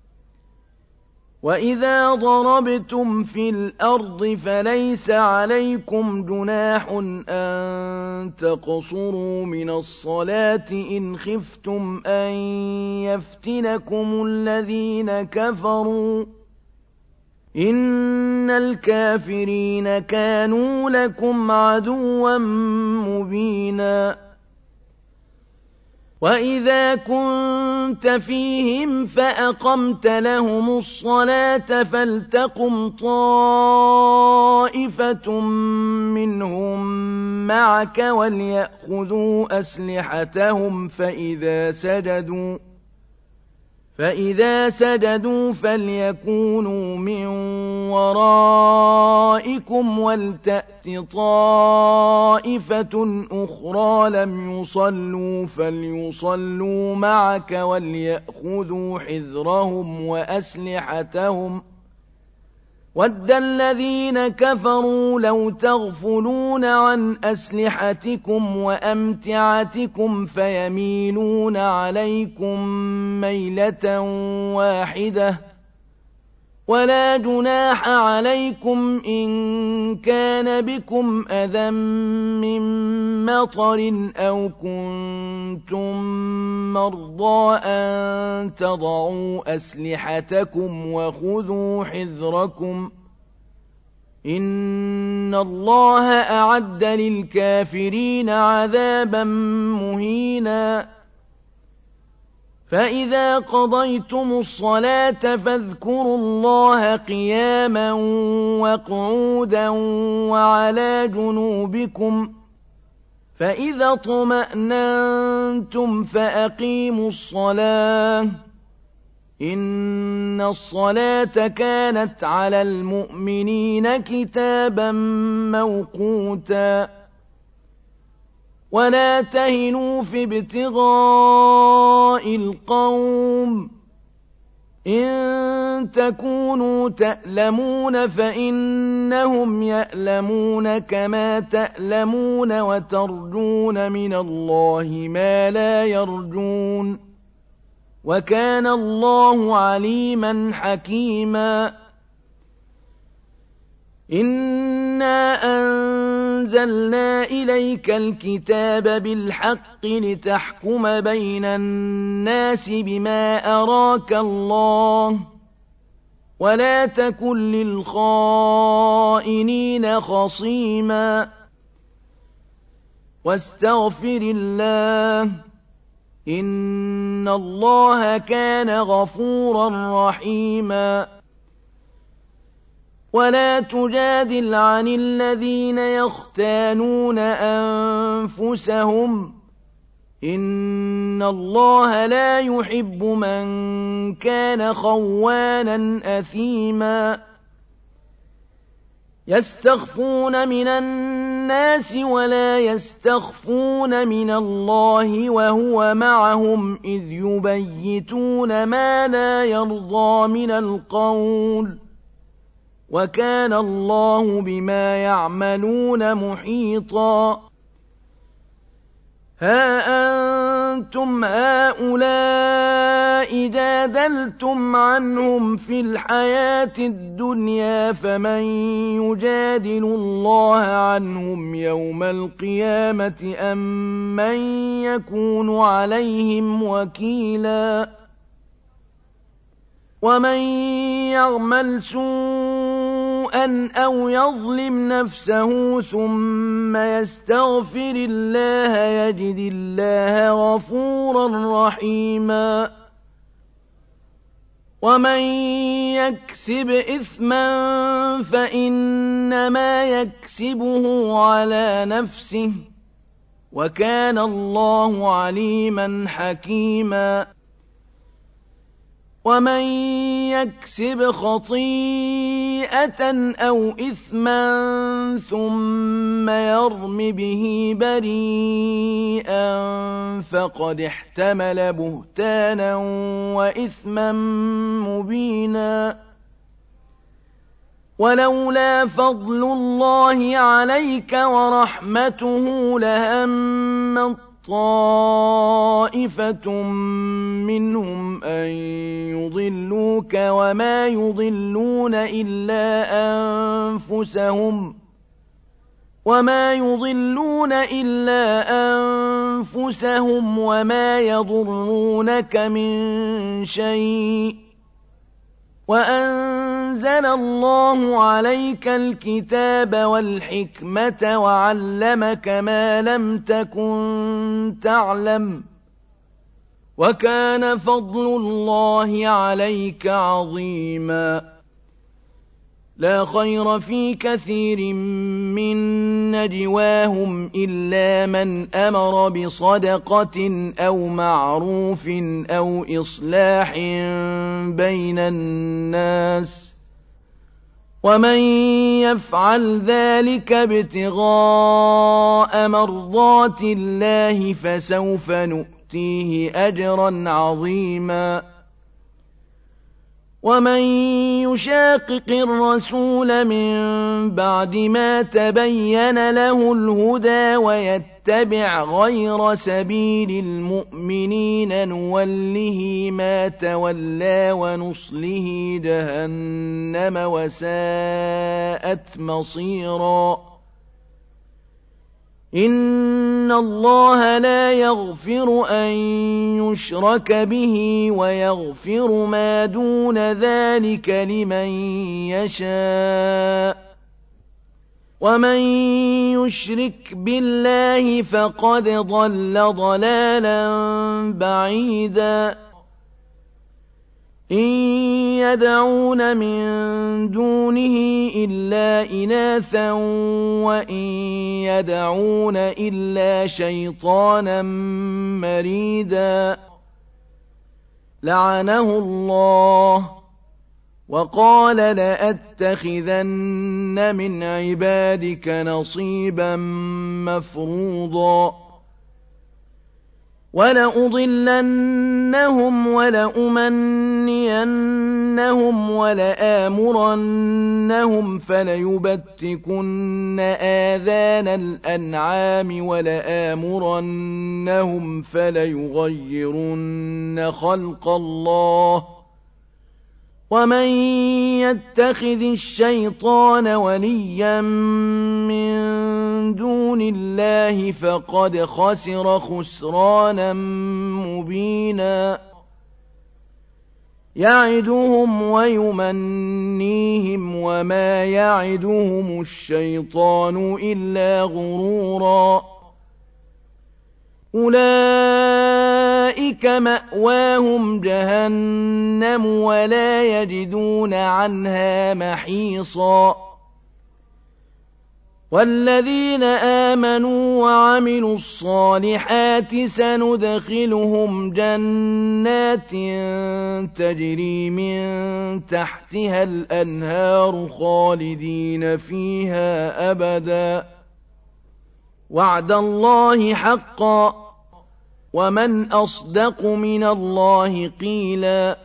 S1: وإذا ضربتم في الأرض فليس عليكم جناح أن تقصروا من الصلاة إن خفتم أن يفتنكم الذين كفروا إن الكافرين كانوا لكم عدوا مبينا وإذا كنت فيهم فأقمت لهم الصلاة فلتقم طائفة منهم معك وليأخذوا أسلحتهم فإذا سجدوا فليكونوا من ورائكم ولتأت طائفة أخرى لم يصلوا فليصلوا معك وليأخذوا حذرهم وأسلحتهم وَدَّ الَّذِينَ كَفَرُوا لَوْ تَغْفُلُونَ عَنْ أَسْلِحَتِكُمْ وَأَمْتِعَتِكُمْ فَيَمِيلُونَ عَلَيْكُمْ مَيْلَةً وَاحِدَةً وَلَا جُنَاحَ عَلَيْكُمْ إِن كَانَ بِكُمْ أَذًى مِّن مَّطَرٍ أَوْ كُنتُم مَّرْضَىٰ أَن تَضَعُوا أَسْلِحَتَكُمْ وَخُذُوا حِذْرَكُمْ إِنَّ اللَّهَ أَعَدَّ لِلْكَافِرِينَ عَذَابًا مُّهِينًا فَإِذَا قَضَيْتُمُ الصَّلَاةَ فاذكروا اللَّهَ قِيَامًا وَقُعُودًا وَعَلَىٰ جُنُوبِكُمْ فَإِذَا اطْمَأْنَنتُمْ فَأَقِيمُوا الصَّلَاةَ إِنَّ الصَّلَاةَ كَانَتْ عَلَى الْمُؤْمِنِينَ كِتَابًا مَّوْقُوتًا وَلَا تَهِنُوا فِي ابْتِغَاءِ الْقَوْمِ إِن تَكُونُوا تَأْلَمُونَ فَإِنَّهُمْ يَأْلَمُونَ كَمَا تَأْلَمُونَ وَتَرْجُونَ مِنَ اللَّهِ مَا لَا يَرْجُونَ وَكَانَ اللَّهُ عَلِيمًا حَكِيمًا إِنَّا أَنزَلْنَا إِلَيْكَ الْكِتَابَ بِالْحَقِّ لِتَحْكُمَ بَيْنَ النَّاسِ بِمَا أَرَاكَ اللَّهُ وَلَا تَكُن لِّلْخَائِنِينَ خَصِيمًا وَاسْتَغْفِرِ اللَّهَ إِنَّ اللَّهَ كَانَ غَفُورًا رَّحِيمًا وَلَا تُجَادِلْ عَنِ الَّذِينَ يَخْتَانُونَ أَنفُسَهُمْ إِنَّ اللَّهَ لَا يُحِبُّ مَن كَانَ خَوَّانًا أَثِيمًا يَسْتَخْفُونَ مِنَ النَّاسِ وَلَا يَسْتَخْفُونَ مِنَ اللَّهِ وَهُوَ مَعَهُمْ إِذْ يُبَيِّتُونَ مَا لَا يَرْضَىٰ مِنَ الْقَوْلِ وَكَانَ اللَّهُ بِمَا يَعْمَلُونَ مُحِيطًا هَا أَنتُمْ هَٰؤُلَاءِ جَادَلْتُمْ عَنْهُمْ فِي الْحَيَاةِ الدُّنْيَا فَمَن يُجَادِلُ اللَّهَ عَنْهُمْ يَوْمَ الْقِيَامَةِ أَم مَّن يَكُونُ عَلَيْهِمْ وَكِيلًا وَمَن يَعْمَلْ سُوءًا أَوْ يَظْلِمْ نَفْسَهُ ثُمَّ يَسْتَغْفِرِ اللَّهَ يَجِدِ اللَّهَ غَفُورًا رَّحِيمًا وَمَن يَكْسِبْ إِثْمًا فَإِنَّمَا يَكْسِبُهُ عَلَىٰ نَفْسِهِ وَكَانَ اللَّهُ عَلِيمًا حَكِيمًا وَمَن يَكْسِبْ خَطِيئَةً أَوْ إِثْمًا ثُمَّ يَرْمِ بِهِ بَرِيئًا فَقَدِ احْتَمَلَ بُهْتَانًا وَإِثْمًا مُّبِينًا وَلَوْلَا فَضْلُ اللَّهِ عَلَيْكَ وَرَحْمَتُهُ لَهَمَّت طَّائِفَةٌ مِّنْهُمْ أَن يُضِلُّوكَ وَمَا يُضِلُّونَ إِلَّا أَنفُسَهُمْ وَمَا يَضُرُّونَكَ مِن شَيْءٍ وَأَنزَلَ اللَّهُ عَلَيْكَ الْكِتَابَ وَالْحِكْمَةَ وَعَلَّمَكَ مَا لَمْ تَكُن تَعْلَمُ وَكَانَ فَضْلُ اللَّهِ عَلَيْكَ عَظِيمًا لا خير في كثير من نجواهم إلا من أمر بصدقة أو معروف أو إصلاح بين الناس ومن يفعل ذلك ابتغاء مرضات الله فسوف نؤتيه أجرا عظيما ومن يشاقق الرسول من بعد ما تبين له الهدى ويتبع غير سبيل المؤمنين نوله ما تولى ونصله جهنم وساءت مصيرا إِنَّ اللَّهَ لَا يَغْفِرُ أَن يُشْرَكَ بِهِ وَيَغْفِرُ مَا دُونَ ذَلِكَ لِمَن يَشَاءُ وَمَن يُشْرِكْ بِاللَّهِ فَقَدْ ضَلَّ ضَلَالًا بَعِيدًا إِن يَدْعُونَ مِن دُونِهِ إِلَّا إِنَاثًا وَإِن يَدْعُونَ إِلَّا شَيْطَانًا مَّرِيدًا لَّعَنَهُ اللَّهُ وَقَالَ لَأَتَّخِذَنَّ مِنْ عِبَادِكَ نَصِيبًا مَّفْرُوضًا وَلَأُضِلَّنَّهُمْ وَلَأُمَنِّيَنَّهُمْ وَلَآمُرَنَّهُمْ فَلَيُبَتِّكُنَّ آذَانَ الْأَنْعَامِ وَلَآمُرَنَّهُمْ فَلَيُغَيِّرُنَّ خَلْقَ اللَّهِ وَمَن يَتَّخِذِ الشَّيْطَانَ وَلِيًّا مِّن دُونِ اللَّهِ فَقَدْ خَسِرَ خُسْرَانًا مُّبِينًا يَعِدُهُمْ وَيُمَنِّيهِمْ وَمَا يَعِدُهُمُ الشَّيْطَانُ إِلَّا غُرُورًا أُولَٰئِكَ مَأْوَاهُمْ جَهَنَّمُ وَلَا يَجِدُونَ عَنْهَا مَحِيصًا والذين آمنوا وعملوا الصالحات سندخلهم جنات تجري من تحتها الأنهار خالدين فيها أبدا وعد الله حقا ومن أصدق من الله قيلا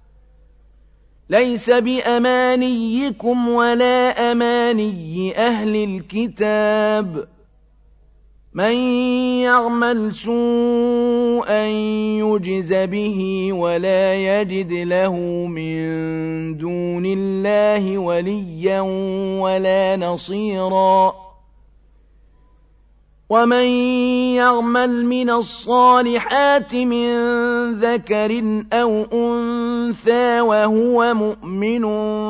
S1: ليس بأمانيكم ولا أماني أهل الكتاب من يعمل سوءا يجز به ولا يجد له من دون الله وليا ولا نصيرا ومن يعمل من الصالحات من ذكر أو أنثى وهو مؤمن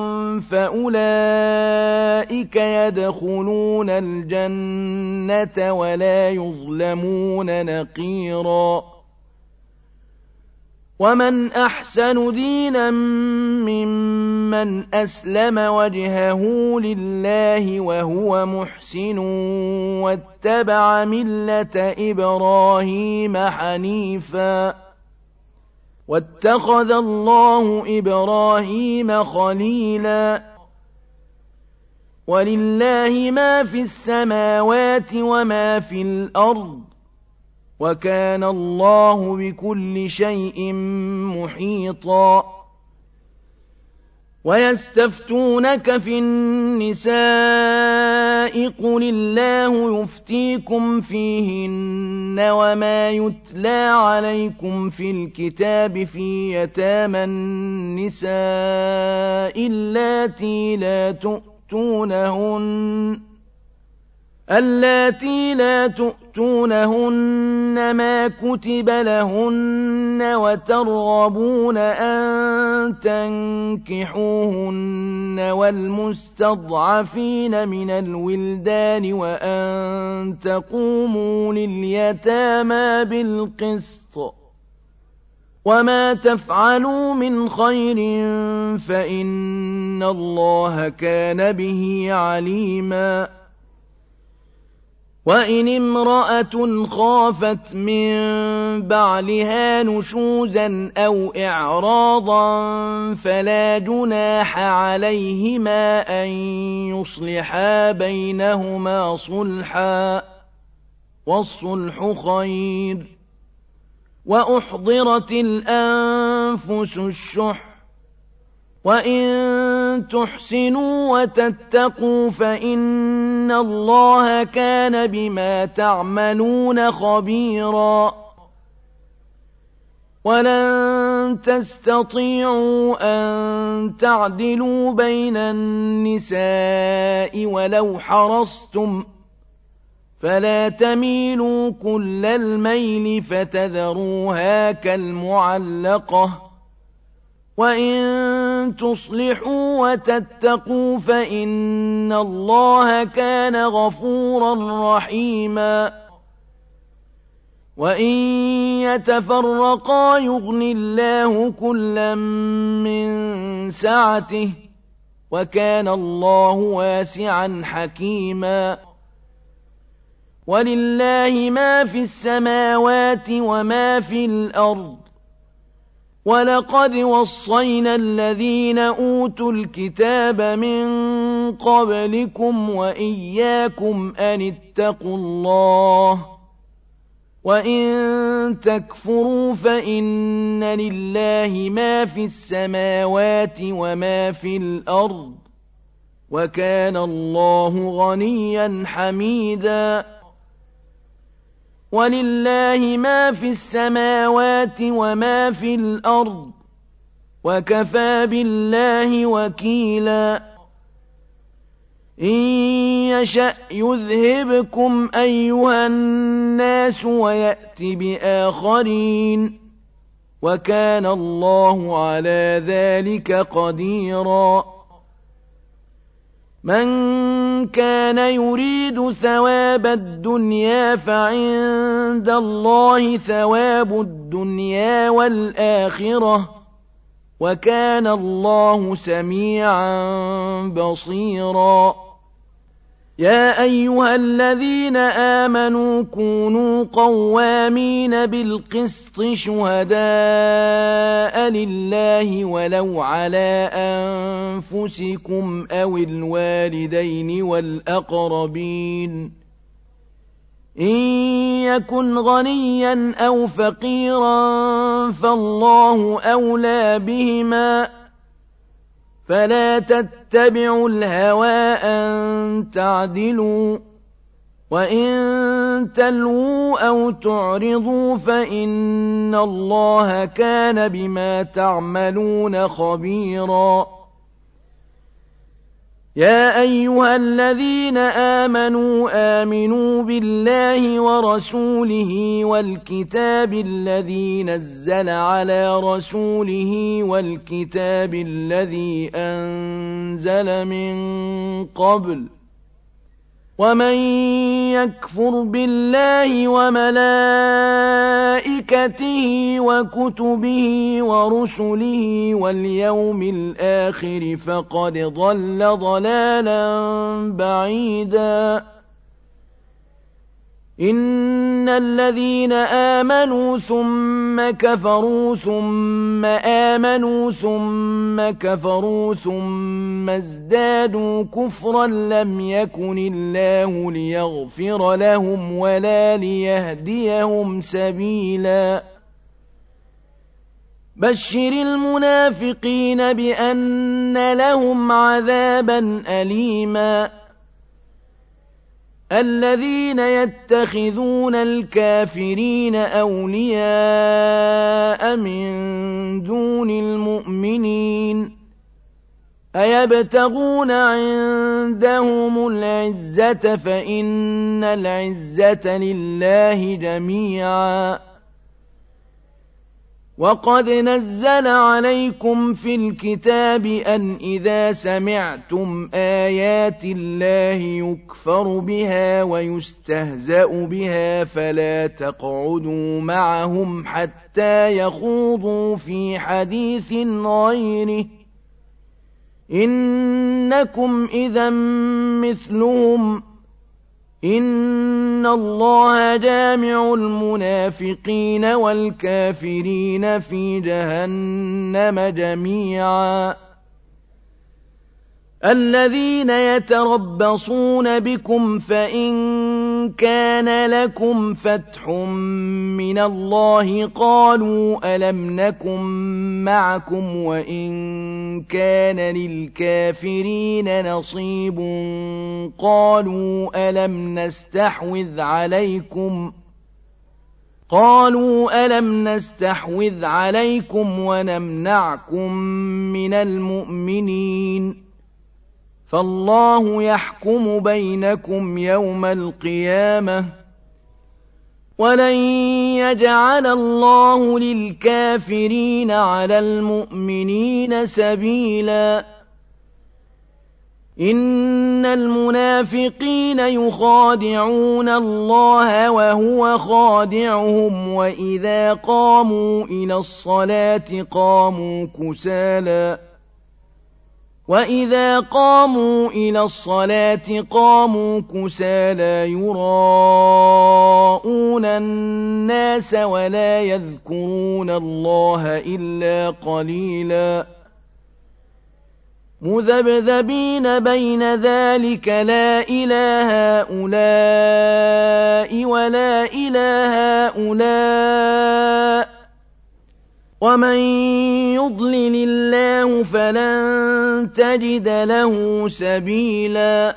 S1: فأولئك يدخلون الجنة ولا يظلمون نقيرا ومن أحسن دينا ممن أسلم وجهه لله وهو محسن واتبع ملة إبراهيم حنيفا واتخذ الله إبراهيم خليلا ولله ما في السماوات وما في الأرض وكان الله بكل شيء محيطا ويستفتونك في النساء قل الله يفتيكم فيهن وما يتلى عليكم في الكتاب في يتامى النساء اللاتي لا تؤتونهن ما كتب لهن وترغبون أن تنكحوهن والمستضعفين من الولدان وأن تقوموا لليتامى بالقسط وما تفعلوا من خير فإن الله كان به عليما وإن امرأة خافت من بعلها نشوزا أو إعراضا فلا جناح عليهما أن يصلحا بينهما صلحا والصلح خير وأحضرت الأنفس الشح وإن تحسنوا وتتقوا فإن الله كان بما تعملون خبيرا ولن تستطيعوا أن تعدلوا بين النساء ولو حرصتم فلا تميلوا كل الميل فتذروها كالمعلقة وإن تصلحوا وتتقوا فإن الله كان غفورا رحيما وإن يتفرقا يغن الله كلا من سعته وكان الله واسعا حكيما ولله ما في السماوات وما في الأرض ولقد وصينا الذين أوتوا الكتاب من قبلكم وإياكم أن اتقوا الله وإن تكفروا فإن لله ما في السماوات وما في الأرض وكان الله غنيا حميدا ولله ما في السماوات وما في الأرض وكفى بالله وكيلا إن يشأ يذهبكم أيها الناس ويأت بآخرين وكان الله على ذلك قديرا من كان يريد ثواب الدنيا فعند الله ثواب الدنيا والآخرة وكان الله سميعا بصيرا يا أيها الذين آمنوا كونوا قوامين بالقسط شهداء لله ولو على أنفسكم أو الوالدين والأقربين إن يكن غنيا أو فقيرا فالله أولى بهما فلا تتبعوا الهوى أن تعدلوا وإن تلووا أو تعرضوا فإن الله كان بما تعملون خبيرا يا أيها الذين آمنوا بالله ورسوله والكتاب الذي نزل على رسوله والكتاب الذي أنزل من قبل ومن يكفر بالله وملائكته وكتبه ورسله واليوم الآخر فقد ضل ضلالا بعيدا إن الذين آمنوا ثم كفروا ثم آمنوا ثم كفروا ثم ازدادوا كفرا لم يكن الله ليغفر لهم ولا ليهديهم سبيلا بشر المنافقين بأن لهم عذابا أليما الذين يتخذون الكافرين أولياء من دون المؤمنين أيبتغون عندهم العزة فإن العزة لله جميعا وقد نزل عليكم في الكتاب أن إذا سمعتم آيات الله يكفر بها ويستهزأ بها فلا تقعدوا معهم حتى يخوضوا في حديث غيره إنكم إذا مثلهم إن الله جامع المنافقين والكافرين في جهنم جميعا الذين يتربصون بكم فإن كان لكم فتح من الله قالوا ألم نكن معكم وإن كان للكافرين نصيب قالوا ألم نستحوذ عليكم ونمنعكم من المؤمنين فالله يحكم بينكم يوم القيامة ولن يجعل الله للكافرين على المؤمنين سبيلا إن المنافقين يخادعون الله وهو خادعهم وإذا قاموا إلى الصلاة قاموا كسالى يراءون الناس ولا يذكرون الله إلا قليلا مذبذبين بين ذلك لا إله هؤلاء ولا إله هؤلاء ومن يضلل الله فلن تجد له سبيلا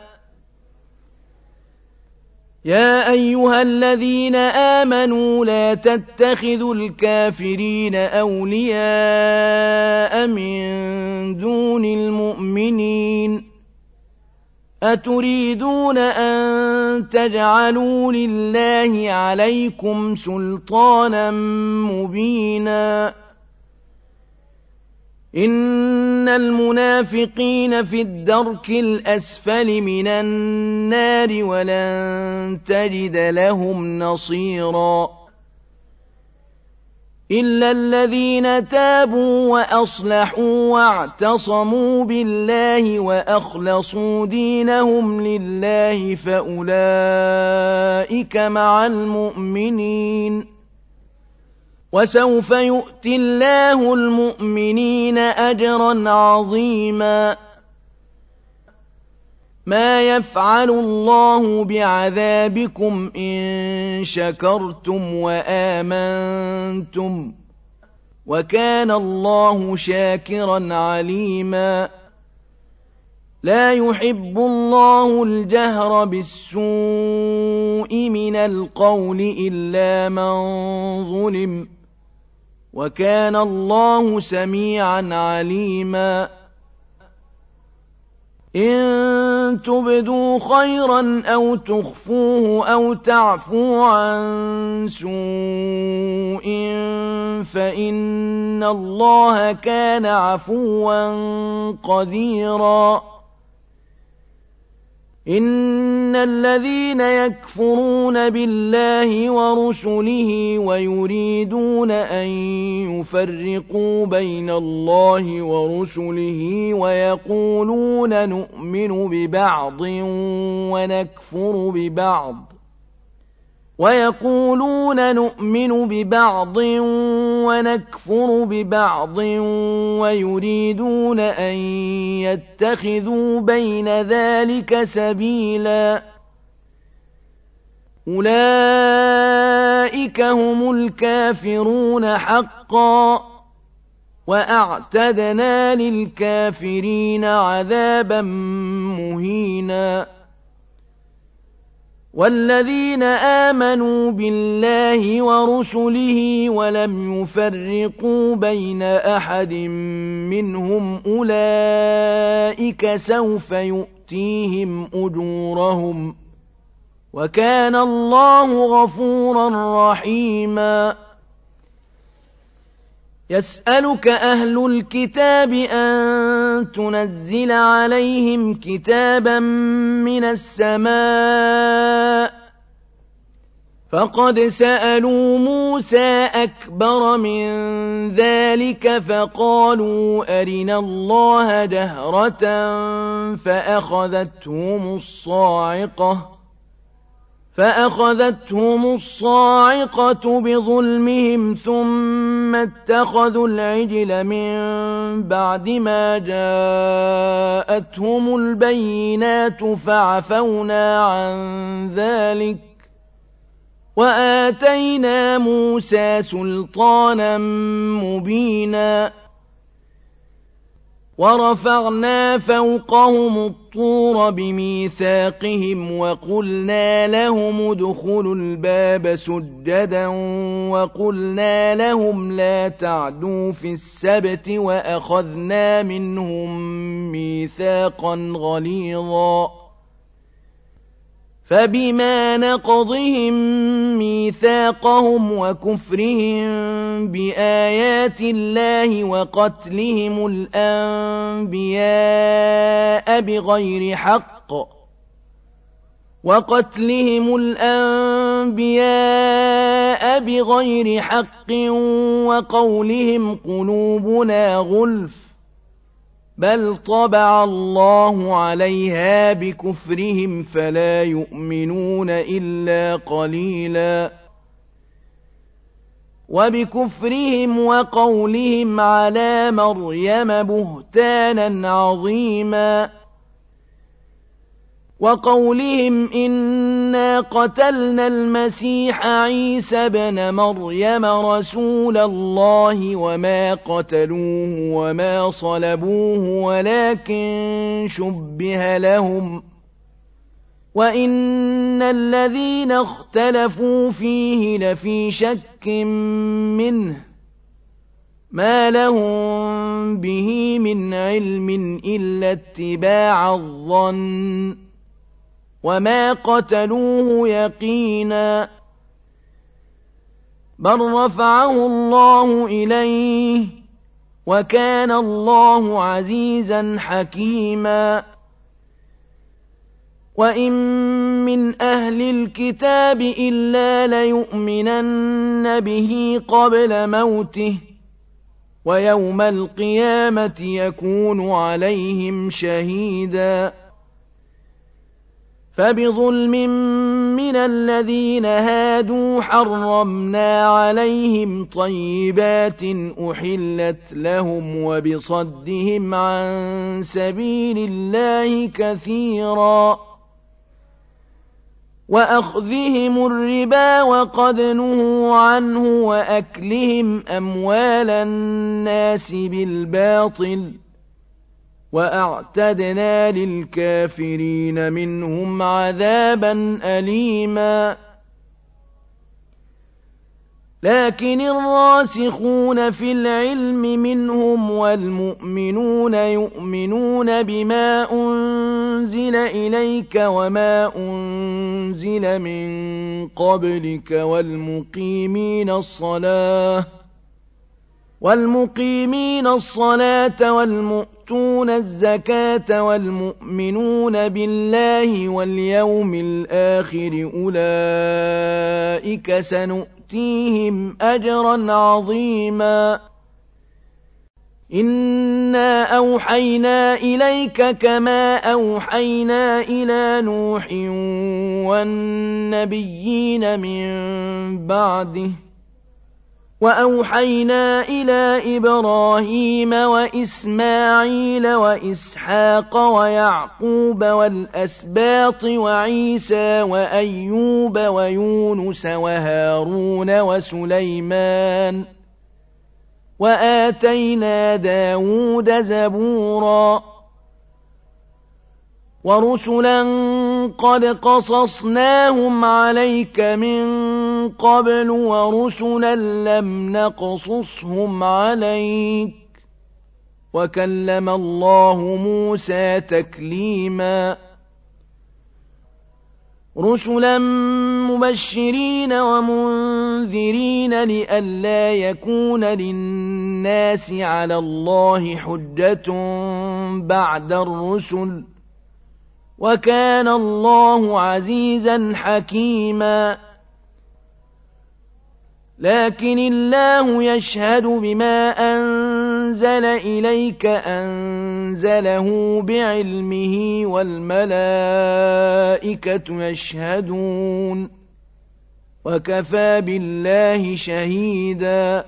S1: يا أيها الذين آمنوا لا تتخذوا الكافرين أولياء من دون المؤمنين أتريدون أن تجعلوا لله عليكم سلطانا مبينا إن المنافقين في الدرك الأسفل من النار ولن تجد لهم نصيرا إلا الذين تابوا وأصلحوا واعتصموا بالله وأخلصوا دينهم لله فأولئك مع المؤمنين وسوف يؤتي الله المؤمنين أجرا عظيما ما يفعل الله بعذابكم إن شكرتم وآمنتم وكان الله شاكرا عليما لا يحب الله الجهر بالسوء من القول إلا من ظلم وكان الله سميعا عليما إن تبدوا خيرا أو تخفوه أو تعفوا عن سوء فإن الله كان عفوا قديرا إن الذين يكفرون بالله ورسله ويريدون أن يفرقوا بين الله ورسله ويقولون نؤمن ببعض ونكفر ببعض ويريدون أن يتخذوا بين ذلك سبيلا أولئك هم الكافرون حقا وأعتدنا للكافرين عذابا مهينا والذين آمنوا بالله ورسله ولم يفرقوا بين أحد منهم أولئك سوف يؤتيهم أجورهم وكان الله غفورا رحيما يسألك أهل الكتاب أن تنزل عليهم كتابا من السماء فقد سألوا موسى أكبر من ذلك فقالوا أرنا الله جهرة فأخذتهم الصاعقة بظلمهم ثم اتخذوا العجل من بعد ما جاءتهم البينات فعفونا عن ذلك وآتينا موسى سلطانا مبينا ورفعنا فوقهم الطور بميثاقهم وقلنا لهم ادخلوا الباب سجدا وقلنا لهم لا تعدوا في السبت وأخذنا منهم ميثاقا غليظا فبما نقضهم ميثاقهم وكفرهم بآيات الله وقتلهم الأنبياء بغير حق وقولهم قلوبنا غلف بل طبع الله عليها بكفرهم فلا يؤمنون إلا قليلا وبكفرهم وقولهم على مريم بهتانا عظيما وقولهم إنا قتلنا المسيح عيسى بن مريم رسول الله وما قتلوه وما صلبوه ولكن شبه لهم وإن الذين اختلفوا فيه لفي شك منه ما لهم به من علم إلا اتباع الظن وما قتلوه يقينا بل رفعه الله إليه وكان الله عزيزا حكيما وَإِن مِّنْ أَهْلِ الْكِتَابِ إِلَّا لَيُؤْمِنَنَّ بِهِ قَبْلَ مَوْتِهِ وَيَوْمَ الْقِيَامَةِ يَكُونُ عَلَيْهِمْ شَهِيدًا فَبِظُلْمٍ مِّنَ الَّذِينَ هَادُوا حَرَّمْنَا عَلَيْهِمْ طَيِّبَاتٍ أُحِلَّتْ لَهُمْ وَبِصَدِّهِمْ عَن سَبِيلِ اللَّهِ كَثِيرًا وَأَخْذِهِمُ الرِّبَا وَقَدْ نُهُوا عَنْهُ وَأَكْلِهِمْ أَمْوَالَ النَّاسِ بِالْبَاطِلِ وَأَعْتَدْنَا لِلْكَافِرِينَ مِنْهُمْ عَذَابًا أَلِيمًا لكن الراسخون في العلم منهم والمؤمنون يؤمنون بما أنزل إليك وما أنزل من قبلك والمقيمين الصلاة والمؤتون الزكاة والمؤمنون بالله واليوم الآخر أولئك سنؤتيهم أجرا عظيما إنا أوحينا إليك كما أوحينا إلى نوح والنبيين من بعده وأوحينا إلى إبراهيم وإسماعيل وإسحاق ويعقوب والأسباط وعيسى وأيوب ويونس وهارون وسليمان وآتينا داود زبورا ورسلا قد قصصناهم عليك من قبل ورسلا لم نقصصهم عليك وكلم الله موسى تكليما رسلا مبشرين ومنذرين لئلا يكون للناس على الله حجة بعد الرسل وكان الله عزيزا حكيما لكن الله يشهد بما أنزل إليك أنزله بعلمه والملائكة يشهدون وكفى بالله شهيدا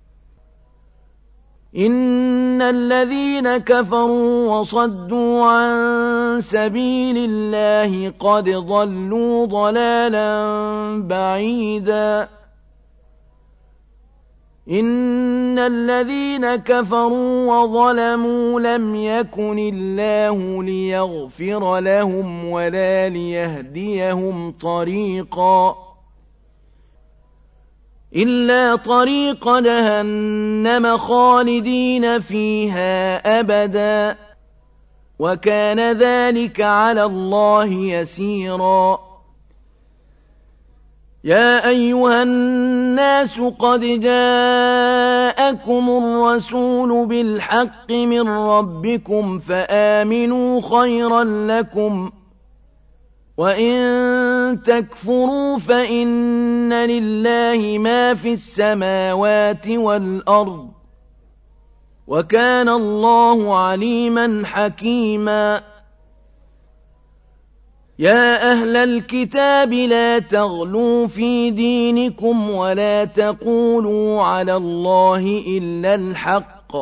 S1: إن الذين كفروا وصدوا عن سبيل الله قد ضلوا ضلالا بعيدا إن الذين كفروا وظلموا لم يكن الله ليغفر لهم ولا ليهديهم طريقا إلا طريق جهنم خالدين فيها أبدا وكان ذلك على الله يسيرا يا أيها الناس قد جاءكم الرسول بالحق من ربكم فآمنوا خيرا لكم وإن تكفروا فإن لله ما في السماوات والأرض وكان الله عليما حكيما يا أهل الكتاب لا تغلوا في دينكم ولا تقولوا على الله إلا الحق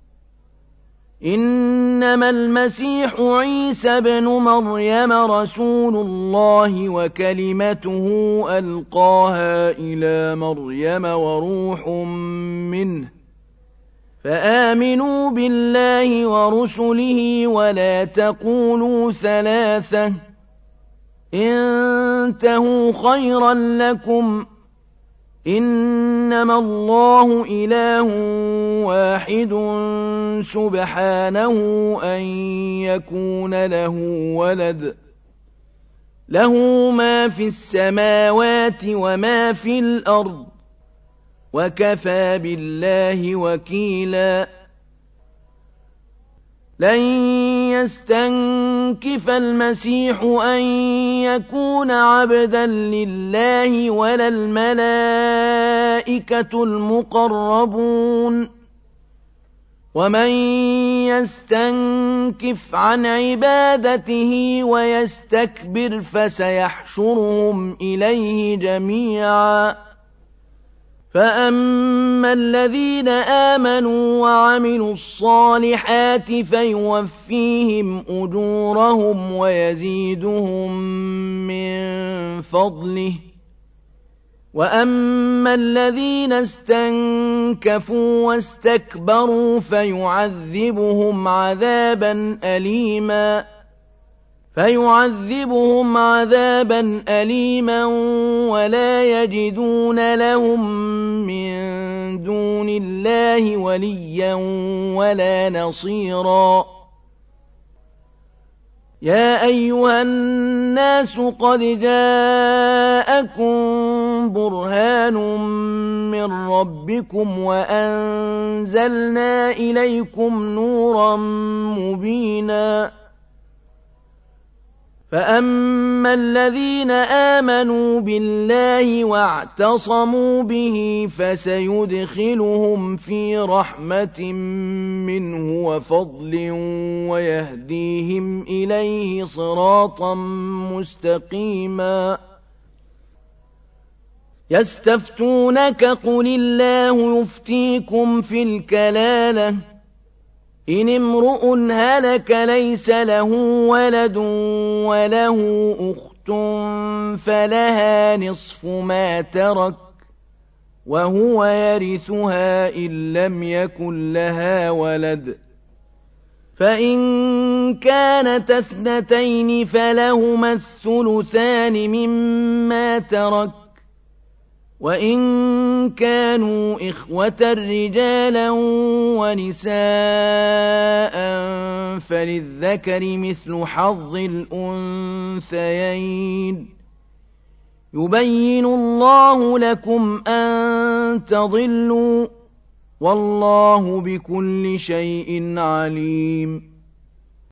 S1: إنما المسيح عيسى بن مريم رسول الله وكلمته ألقاها إلى مريم وروح منه فآمنوا بالله ورسله ولا تقولوا ثلاثة انتهوا خيرا لكم إنما الله إله واحد سبحانه أن يكون له ولد له ما في السماوات وما في الأرض وكفى بالله وكيلا لن يستنكف المسيح أن يكون عبدا لله ولا الملائكة المقربون ومن يستنكف عن عبادته ويستكبر فسيحشرهم إليه جميعا فأما الذين آمنوا وعملوا الصالحات فيوفيهم أجورهم ويزيدهم من فضله وأما الذين استنكفوا واستكبروا فيعذبهم عذابا أليما ولا يجدون لهم من دون الله وليا ولا نصيرا يا أيها الناس قد جاءكم برهان من ربكم وأنزلنا إليكم نورا مبينا فأما الذين آمنوا بالله واعتصموا به فسيدخلهم في رحمة منه وفضل ويهديهم إليه صراطا مستقيما يستفتونك قل الله يفتيكم في الكلالة إن امرؤ هلك ليس له ولد وله أخت فلها نصف ما ترك وهو يرثها إن لم يكن لها ولد فإن كانت اثنتين فلهما الثلثان مما ترك وإن كانوا إخوة رجالا ونساء فللذكر مثل حظ الأنثيين يبين الله لكم أن تضلوا والله بكل شيء عليم